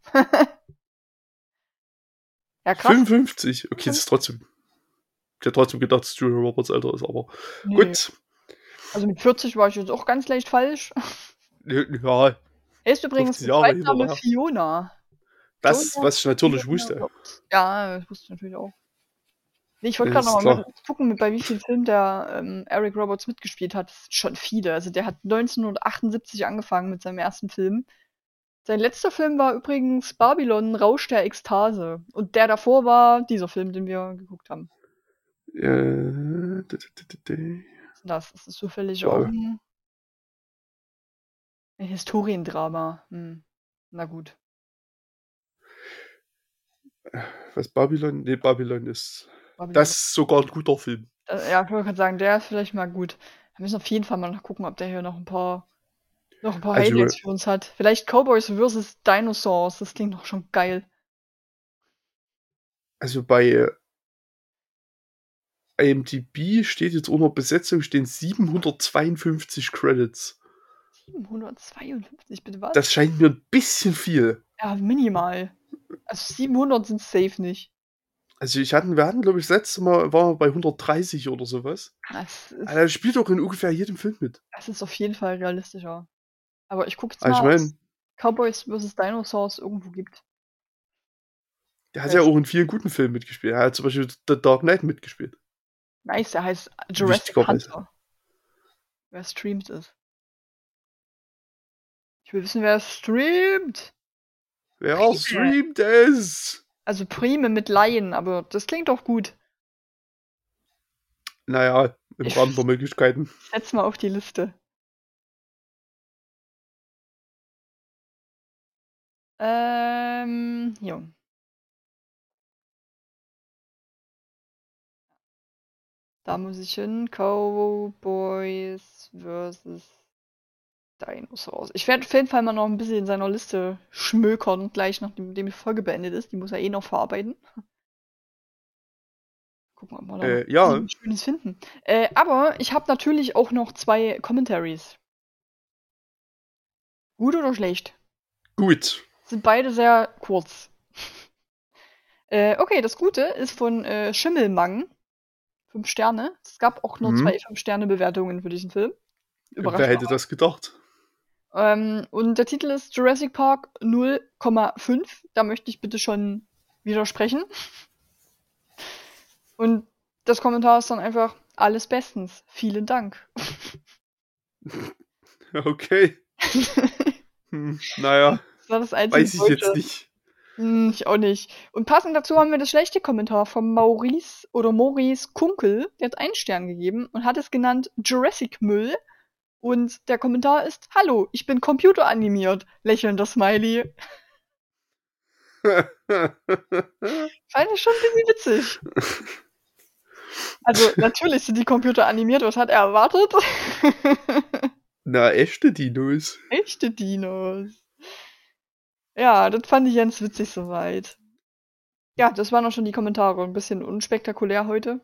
Speaker 1: Ja, krass.
Speaker 2: fünfundfünfzig, okay, das ist trotzdem ich hätte trotzdem gedacht, dass Julia Roberts älter ist, aber
Speaker 1: Ne.
Speaker 2: gut.
Speaker 1: Also, mit vierzig war ich jetzt auch ganz leicht falsch.
Speaker 2: J ja,
Speaker 1: Er ist übrigens
Speaker 2: fünfzehn
Speaker 1: der
Speaker 2: Jahre hin
Speaker 1: Zweitname
Speaker 2: oder her.
Speaker 1: Fiona.
Speaker 2: Das,
Speaker 1: Jonah
Speaker 2: was ich natürlich
Speaker 1: Fiona
Speaker 2: wusste.
Speaker 1: Roberts. Ja, das wusste ich natürlich auch. Ne, ich wollte grad noch
Speaker 2: Ist
Speaker 1: mal
Speaker 2: klar.
Speaker 1: mal gucken, bei wie vielen Filmen der, ähm, Eric Roberts mitgespielt hat. Das sind schon viele. Also, der hat neunzehnhundertachtundsiebzig angefangen mit seinem ersten Film. Sein letzter Film war übrigens Babylon Rausch der Ekstase. Und der davor war dieser Film, den wir geguckt haben.
Speaker 2: Äh, d- d- d- d-
Speaker 1: Was ist 'n das? Ist das zufällig auch
Speaker 2: Wow.
Speaker 1: 'n 'n Historiendrama? Hm, na gut.
Speaker 2: Was, Babylon? Ne, Babylon ist das
Speaker 1: Babylon.
Speaker 2: ist sogar 'n guter Film.
Speaker 1: Äh, ja, ich wollte grad sagen, der ist vielleicht mal gut. Wir müssen auf jeden Fall mal noch gucken, ob der hier noch 'n paar noch 'n paar
Speaker 2: Also
Speaker 1: Highlights für uns hat. Vielleicht Cowboys versus. Dinosaurs, das klingt doch schon geil.
Speaker 2: Also, bei, äh IMDb steht jetzt unter Besetzung stehen siebenhundertzweiundfünfzig Credits.
Speaker 1: siebenhundertzweiundfünfzig, bitte was?
Speaker 2: Das scheint mir 'n bisschen viel.
Speaker 1: Ja, minimal. Also, siebenhundert sind's safe nicht.
Speaker 2: Also, ich hatten wir hatten, glaube ich, das letzte Mal waren wir bei hundertdreißig oder so was.
Speaker 1: Das
Speaker 2: Aber
Speaker 1: ist
Speaker 2: der spielt doch in ungefähr jedem Film mit.
Speaker 1: das ist auf jeden Fall realistischer. Aber ich gucke jetzt
Speaker 2: Aber ich
Speaker 1: mal, ob's
Speaker 2: meine
Speaker 1: Cowboys versus. Dinosaurs irgendwo gibt.
Speaker 2: der hat ja
Speaker 1: Vielleicht
Speaker 2: auch in vielen guten Filmen mitgespielt. Er hat zum Beispiel The Dark Knight mitgespielt.
Speaker 1: Nice, der heißt Jurassic
Speaker 2: Wichtigerweise.
Speaker 1: Hunter. Wer streamt es? Ich will wissen, wer es streamt.
Speaker 2: Wer
Speaker 1: Prime.
Speaker 2: streamt es?
Speaker 1: Also, Prime mit Laien, aber das klingt doch gut.
Speaker 2: Na ja, im
Speaker 1: Ich
Speaker 2: Rahmen der Möglichkeiten.
Speaker 1: setze mal auf die Liste. Ähm, hier. Da muss ich hin. Cowboys versus. Dinosaurs. Ich werde auf jeden Fall mal noch 'n bisschen in seiner Liste schmökern, gleich nachdem die Folge beendet ist. Die muss er eh noch verarbeiten. Gucken, ob wir da noch
Speaker 2: Äh, ja.
Speaker 1: irgendwas Schönes finden. Äh, aber ich habe natürlich auch noch zwei Commentaries. Gut oder schlecht?
Speaker 2: Gut.
Speaker 1: Sind beide sehr kurz. Äh, okay, das Gute ist von, äh, Schimmelmang. fünf Sterne. Es gab auch nur zwei
Speaker 2: Mhm.
Speaker 1: Fünf-Sterne-Bewertungen für diesen Film.
Speaker 2: Wer hätte das gedacht?
Speaker 1: Ähm, und der Titel ist Jurassic Park null Komma fünf. Da möchte ich bitte schon widersprechen. Und das Kommentar ist dann einfach: „Alles bestens. Vielen Dank.“
Speaker 2: Okay. Hm, na ja.
Speaker 1: Das war das einzige
Speaker 2: Weiß ich jetzt
Speaker 1: Deutsche.
Speaker 2: nicht.
Speaker 1: Hm, ich auch nicht. Und passend dazu haben wir das schlechte Kommentar von Maurice oder Maurice Kunkel. Der hat einen Stern gegeben und hat es genannt Jurassic Müll. Und der Kommentar ist: „Hallo, ich bin computeranimiert.“ Lächelnder Smiley. Fand ich schon 'n bisschen witzig. Also, natürlich sind die Computer animiert. Was hat er erwartet?
Speaker 2: Na, echte Dinos.
Speaker 1: Echte Dinos. Ja, das fand ich ganz witzig so weit. Ja, das waren auch schon die Kommentare. 'N bisschen unspektakulär heute.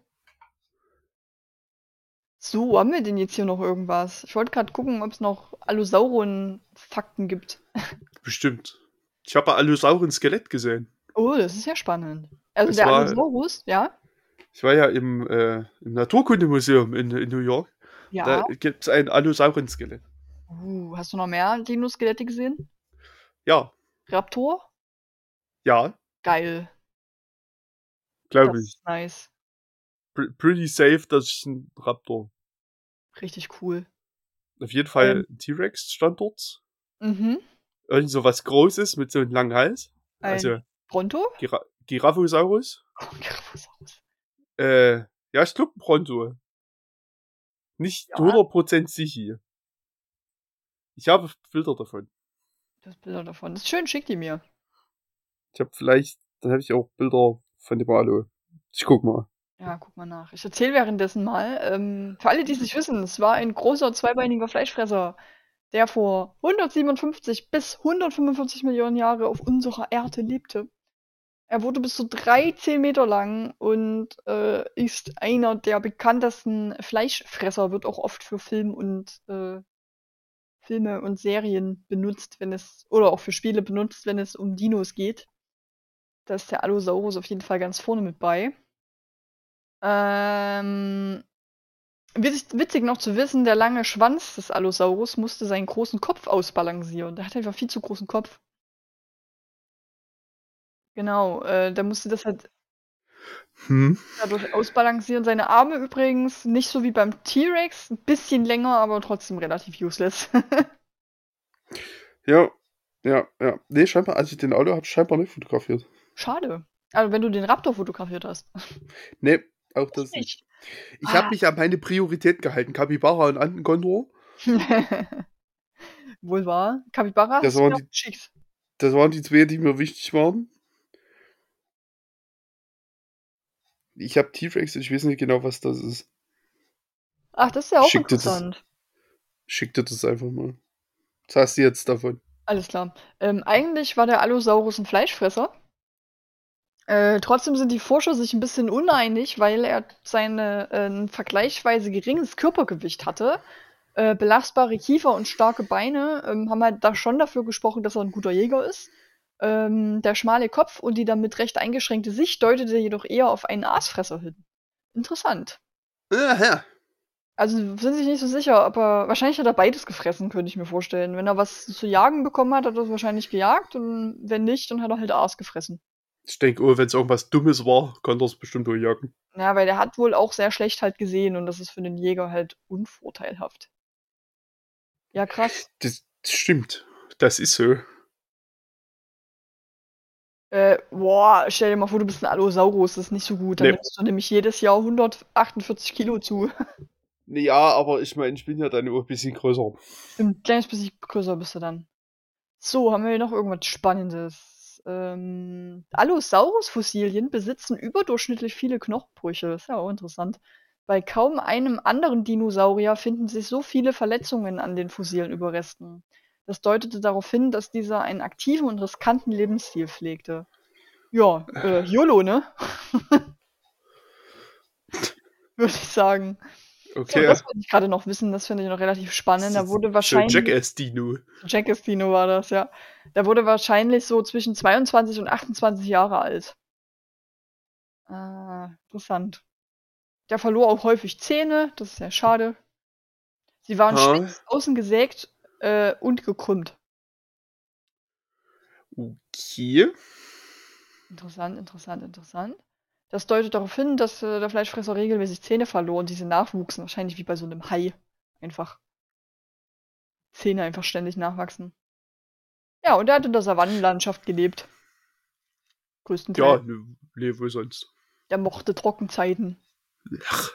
Speaker 1: So, haben wir denn jetzt hier noch irgendwas? Ich wollte grad gucken, ob's noch Allosaurien-Fakten gibt.
Speaker 2: Bestimmt. Ich habe ein Allosaurien-Skelett gesehen.
Speaker 1: Oh, das ist ja spannend. Also,
Speaker 2: Es
Speaker 1: der
Speaker 2: war
Speaker 1: Allosaurus, ja?
Speaker 2: Ich war ja im, äh, im Naturkundemuseum in in New York. Da
Speaker 1: Ja.
Speaker 2: gibt's ein Allosaurien-Skelett.
Speaker 1: Uh, hast du noch mehr Dinoskelette gesehen?
Speaker 2: Ja.
Speaker 1: Raptor?
Speaker 2: Ja.
Speaker 1: Geil.
Speaker 2: Glaube
Speaker 1: Das
Speaker 2: ich.
Speaker 1: ist nice.
Speaker 2: Pr pretty safe, das ist 'n Raptor.
Speaker 1: Richtig cool.
Speaker 2: Auf jeden Fall
Speaker 1: Ähm.
Speaker 2: 'n T-Rex stand dort.
Speaker 1: Mhm.
Speaker 2: Irgend so was Großes mit so 'nem langen Hals.
Speaker 1: Ein
Speaker 2: Also
Speaker 1: Bronto?
Speaker 2: Gira Giraffosaurus.
Speaker 1: Oh, 'n Giraffosaurus.
Speaker 2: Äh, ja, ich glaube 'n Bronto. Nicht
Speaker 1: Ja.
Speaker 2: hundert Prozent sichi. Ich habe Bilder davon.
Speaker 1: Du hast Bilder davon. Das ist schön, schick die mir.
Speaker 2: Ich habe vielleicht dann habe ich auch Bilder von dem Alu. Ich gucke mal.
Speaker 1: Ja, guck mal nach. Ich erzähle währenddessen mal, ähm, für alle, die's nicht wissen, es war ein großer zweibeiniger Fleischfresser, der vor hundertsiebenundfünfzig bis hundertfünfundvierzig Millionen Jahre auf unserer Erde lebte. Er wurde bis zu dreizehn Meter lang und, äh, ist einer der bekanntesten Fleischfresser, wird auch oft für Film und, äh Filme und Serien benutzt, wenn es oder auch für Spiele benutzt, wenn es um Dinos geht. Da ist der Allosaurus auf jeden Fall ganz vorne mit bei. Ähm, witzig witzig noch zu wissen, der lange Schwanz des Allosaurus musste seinen großen Kopf ausbalancieren. Der hatte einfach viel zu großen Kopf. Genau, äh, der musste das halt
Speaker 2: Hm.
Speaker 1: Dadurch ausbalancieren seine Arme übrigens nicht so wie beim T-Rex, ein bisschen länger, aber trotzdem relativ useless.
Speaker 2: Ja, ja, ja. Nee, scheinbar, als ich den Auto habe, scheinbar nicht fotografiert.
Speaker 1: Schade. Also wenn du den Raptor fotografiert hast.
Speaker 2: Nee, auch
Speaker 1: Ich
Speaker 2: das nicht.
Speaker 1: nicht.
Speaker 2: Ich habe
Speaker 1: Ah.
Speaker 2: mich an meine Priorität gehalten. Capybara und Antenkondor.
Speaker 1: Wohl wahr. Capybara
Speaker 2: Das
Speaker 1: hast du
Speaker 2: waren
Speaker 1: mir auch
Speaker 2: die,
Speaker 1: geschickt.
Speaker 2: das waren die zwei, die mir wichtig waren. Ich habe T-Rex, ich weiß nicht genau, was das ist.
Speaker 1: Ach, das ist ja auch
Speaker 2: Schick dir das,
Speaker 1: interessant.
Speaker 2: schick dir das einfach mal. Was hast du jetzt davon?
Speaker 1: Alles klar. Ähm, eigentlich war der Allosaurus ein Fleischfresser. Äh, trotzdem sind die Forscher sich ein bisschen uneinig, weil er seine äh, ein vergleichsweise geringes Körpergewicht hatte. Äh, belastbare Kiefer und starke Beine ähm, haben halt da schon dafür gesprochen, dass er ein guter Jäger ist. Ähm, der schmale Kopf und die damit recht eingeschränkte Sicht deutete jedoch eher auf einen Aasfresser hin. Interessant.
Speaker 2: Aha.
Speaker 1: Also sind sich nicht so sicher, aber wahrscheinlich hat er beides gefressen, könnte ich mir vorstellen. Wenn er was zu jagen bekommen hat, hat er es wahrscheinlich gejagt und wenn nicht, dann hat er halt Aas gefressen.
Speaker 2: Ich denke, oh, wenn es irgendwas Dummes war, kann das bestimmt auch jagen.
Speaker 1: Ja, weil der hat wohl auch sehr schlecht halt gesehen und das ist für den Jäger halt unvorteilhaft. Ja, krass.
Speaker 2: Das stimmt. Das ist so.
Speaker 1: Äh, boah, stell dir mal vor, du bist ein Allosaurus, das ist nicht so gut. Dann
Speaker 2: Ne.
Speaker 1: nimmst du nämlich jedes Jahr hundertachtundvierzig Kilo zu.
Speaker 2: Ne, ja, aber ich meine, ich bin ja dann auch ein bisschen größer.
Speaker 1: Stimmt, ein kleines bisschen größer bist du dann. So, haben wir hier noch irgendwas Spannendes? Ähm, Allosaurus-Fossilien besitzen überdurchschnittlich viele Knochenbrüche. Ist ja auch interessant. Bei kaum einem anderen Dinosaurier finden sich so viele Verletzungen an den fossilen Überresten. Das deutete darauf hin, dass dieser einen aktiven und riskanten Lebensstil pflegte. Ja, äh, YOLO, ne? Würde ich sagen. So,
Speaker 2: Okay.
Speaker 1: das wollte ich gerade noch wissen, das finde ich noch relativ spannend. Da wurde
Speaker 2: So
Speaker 1: wahrscheinlich
Speaker 2: Jackass-Dino.
Speaker 1: Jackass-Dino war das, ja. Der wurde wahrscheinlich so zwischen zweiundzwanzig und achtundzwanzig Jahre alt. Ah, interessant. Der verlor auch häufig Zähne, das ist ja schade. Sie waren
Speaker 2: Ha.
Speaker 1: spitz, außen gesägt äh, und gekrümmt.
Speaker 2: Okay.
Speaker 1: Interessant, interessant, interessant. Das deutet darauf hin, dass äh, der Fleischfresser regelmäßig Zähne verlor und diese nachwuchsen. Wahrscheinlich wie bei so einem Hai. Einfach Zähne einfach ständig nachwachsen. Ja, und er hat in der Savannenlandschaft gelebt. Größtenteils.
Speaker 2: Ja, ne, ne, wo sonst?
Speaker 1: Der mochte Trockenzeiten.
Speaker 2: Ach,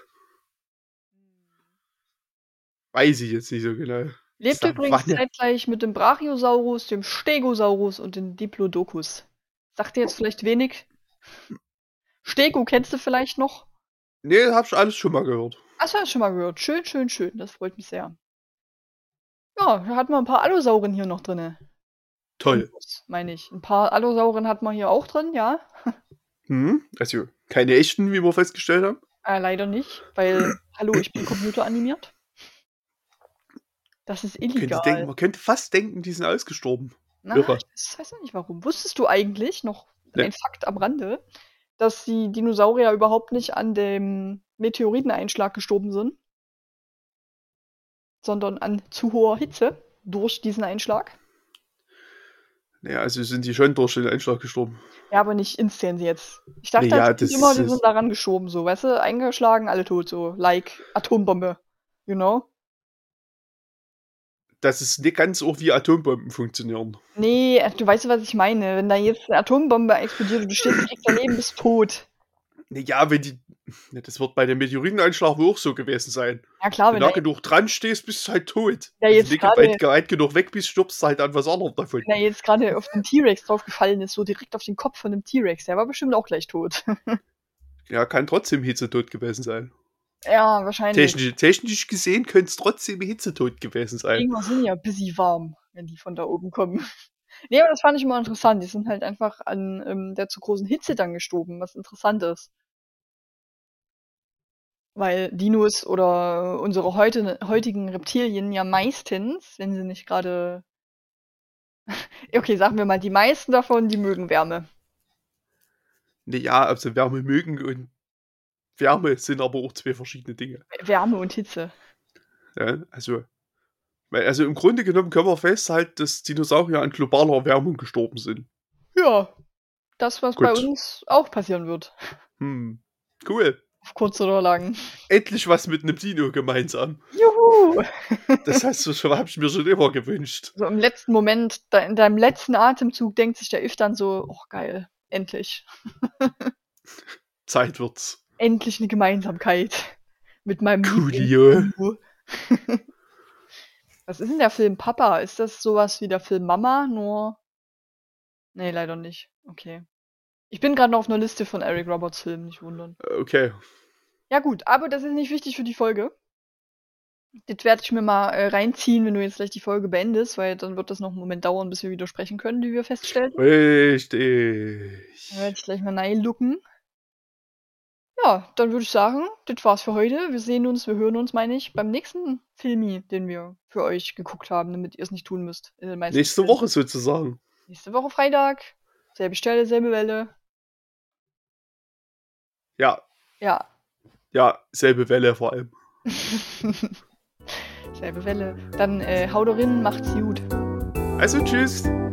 Speaker 2: weiß ich jetzt nicht so genau.
Speaker 1: Lebte übrigens
Speaker 2: Savanne.
Speaker 1: zeitgleich mit dem Brachiosaurus, dem Stegosaurus und dem Diplodocus. Sagt dir jetzt vielleicht wenig? Stego kennst du vielleicht noch?
Speaker 2: Ne, hab ich alles schon mal gehört.
Speaker 1: Hast du das schon mal gehört? Schön, schön, schön. Das freut mich sehr. Ja, da hat man ein paar Allosauren hier noch drinne.
Speaker 2: Toll.
Speaker 1: Infos, meine ich. Ein paar Allosauren hat man hier auch drin, ja.
Speaker 2: Mhm. Also, keine echten, wie wir festgestellt haben.
Speaker 1: Äh, leider nicht, weil, hallo, ich bin computeranimiert. Das ist
Speaker 2: Könnte denken,
Speaker 1: illegal.
Speaker 2: man könnte fast denken, die sind ausgestorben.
Speaker 1: Na,
Speaker 2: Irre.
Speaker 1: ich weiß weiß auch nicht warum. Wusstest du eigentlich, noch
Speaker 2: Ne.
Speaker 1: ein Fakt am Rande, dass die Dinosaurier überhaupt nicht an dem Meteoriteneinschlag gestorben sind, sondern an zu hoher Hitze durch diesen Einschlag?
Speaker 2: Ja, also sind die schon durch den Einschlag gestorben.
Speaker 1: Ja, aber nicht instant jetzt. Ich
Speaker 2: Ne,
Speaker 1: dachte als
Speaker 2: ja,
Speaker 1: Kind
Speaker 2: das
Speaker 1: immer, die
Speaker 2: ist
Speaker 1: sind daran geschoben, so, weißt du, eingeschlagen, alle tot, so, like Atombombe, you know?
Speaker 2: das ist nicht ganz auch wie Atombomben funktionieren.
Speaker 1: Nee, äh, du weißt, was ich meine. Wenn da jetzt eine Atombombe explodiert und du stehst direkt daneben, bist tot.
Speaker 2: Ne, ja, wenn die ne, das wird bei dem Meteoriteneinschlag wohl auch so gewesen sein.
Speaker 1: Ja klar,
Speaker 2: Wenn
Speaker 1: wenn
Speaker 2: du
Speaker 1: da
Speaker 2: nah genug dran stehst, bist du halt tot.
Speaker 1: ja
Speaker 2: Wenn du
Speaker 1: jetzt
Speaker 2: nicht
Speaker 1: gerade
Speaker 2: weit, weit genug weg bist, stirbst du halt an was anderem davon.
Speaker 1: wenn er jetzt gerade auf den T-Rex draufgefallen ist, so direkt auf den Kopf von dem T-Rex, der war bestimmt auch gleich tot.
Speaker 2: Ja, kann trotzdem hitzetot gewesen sein.
Speaker 1: Ja, wahrscheinlich.
Speaker 2: Technisch, technisch gesehen könnte es trotzdem hitzetot gewesen sein.
Speaker 1: Gegner sind ja busy warm, wenn die von da oben kommen. Ne, aber das fand ich immer interessant. Die sind halt einfach an ähm, der zu großen Hitze dann gestorben, was interessant ist. Weil Dinos oder unsere heute, heutigen Reptilien ja meistens, wenn sie nicht gerade. Okay, sagen wir mal, die meisten davon, die mögen Wärme.
Speaker 2: Ne, ja, also Wärme mögen und Wärme sind aber auch zwei verschiedene Dinge.
Speaker 1: Wärme und Hitze.
Speaker 2: Ja, also, weil, also im Grunde genommen können wir festhalten, dass Dinosaurier an globaler Erwärmung gestorben sind.
Speaker 1: Ja, das, was bei
Speaker 2: Gut.
Speaker 1: uns auch passieren wird.
Speaker 2: Hm. Cool.
Speaker 1: Auf kurz oder lang.
Speaker 2: Endlich was mit einem Dino gemeinsam.
Speaker 1: Juhu!
Speaker 2: Das hast du schon, hab ich mir schon immer gewünscht.
Speaker 1: So im letzten Moment, da in deinem letzten Atemzug denkt sich der If dann so, oh geil, endlich.
Speaker 2: Zeit wird's.
Speaker 1: Endlich eine Gemeinsamkeit mit meinem
Speaker 2: Coolio.
Speaker 1: Lieblings-Dino. Was ist denn der Film Papa? Ist das sowas wie der Film Mama? Nur. Nee, leider nicht. Okay. Ich bin gerade noch auf einer Liste von Eric Roberts Filmen, nicht wundern.
Speaker 2: Okay.
Speaker 1: Ja gut, aber das ist nicht wichtig für die Folge. Das werde ich mir mal äh, reinziehen, wenn du jetzt gleich die Folge beendest, weil dann wird das noch einen Moment dauern, bis wir wieder sprechen können, wie wir feststellten.
Speaker 2: Richtig.
Speaker 1: Dann werde ich gleich mal reinlooken. Ja, dann würde ich sagen, das war's für heute. Wir sehen uns, wir hören uns, meine ich, beim nächsten Filmi, den wir für euch geguckt haben, damit ihr es nicht tun müsst. In den meisten
Speaker 2: Nächste
Speaker 1: Fällen.
Speaker 2: Woche sozusagen.
Speaker 1: Nächste Woche Freitag. Selbe Stelle, selbe Welle.
Speaker 2: Ja.
Speaker 1: Ja.
Speaker 2: Ja, selbe Welle vor allem.
Speaker 1: Selbe Welle. Dann äh, haut rein, macht's gut.
Speaker 2: Also tschüss.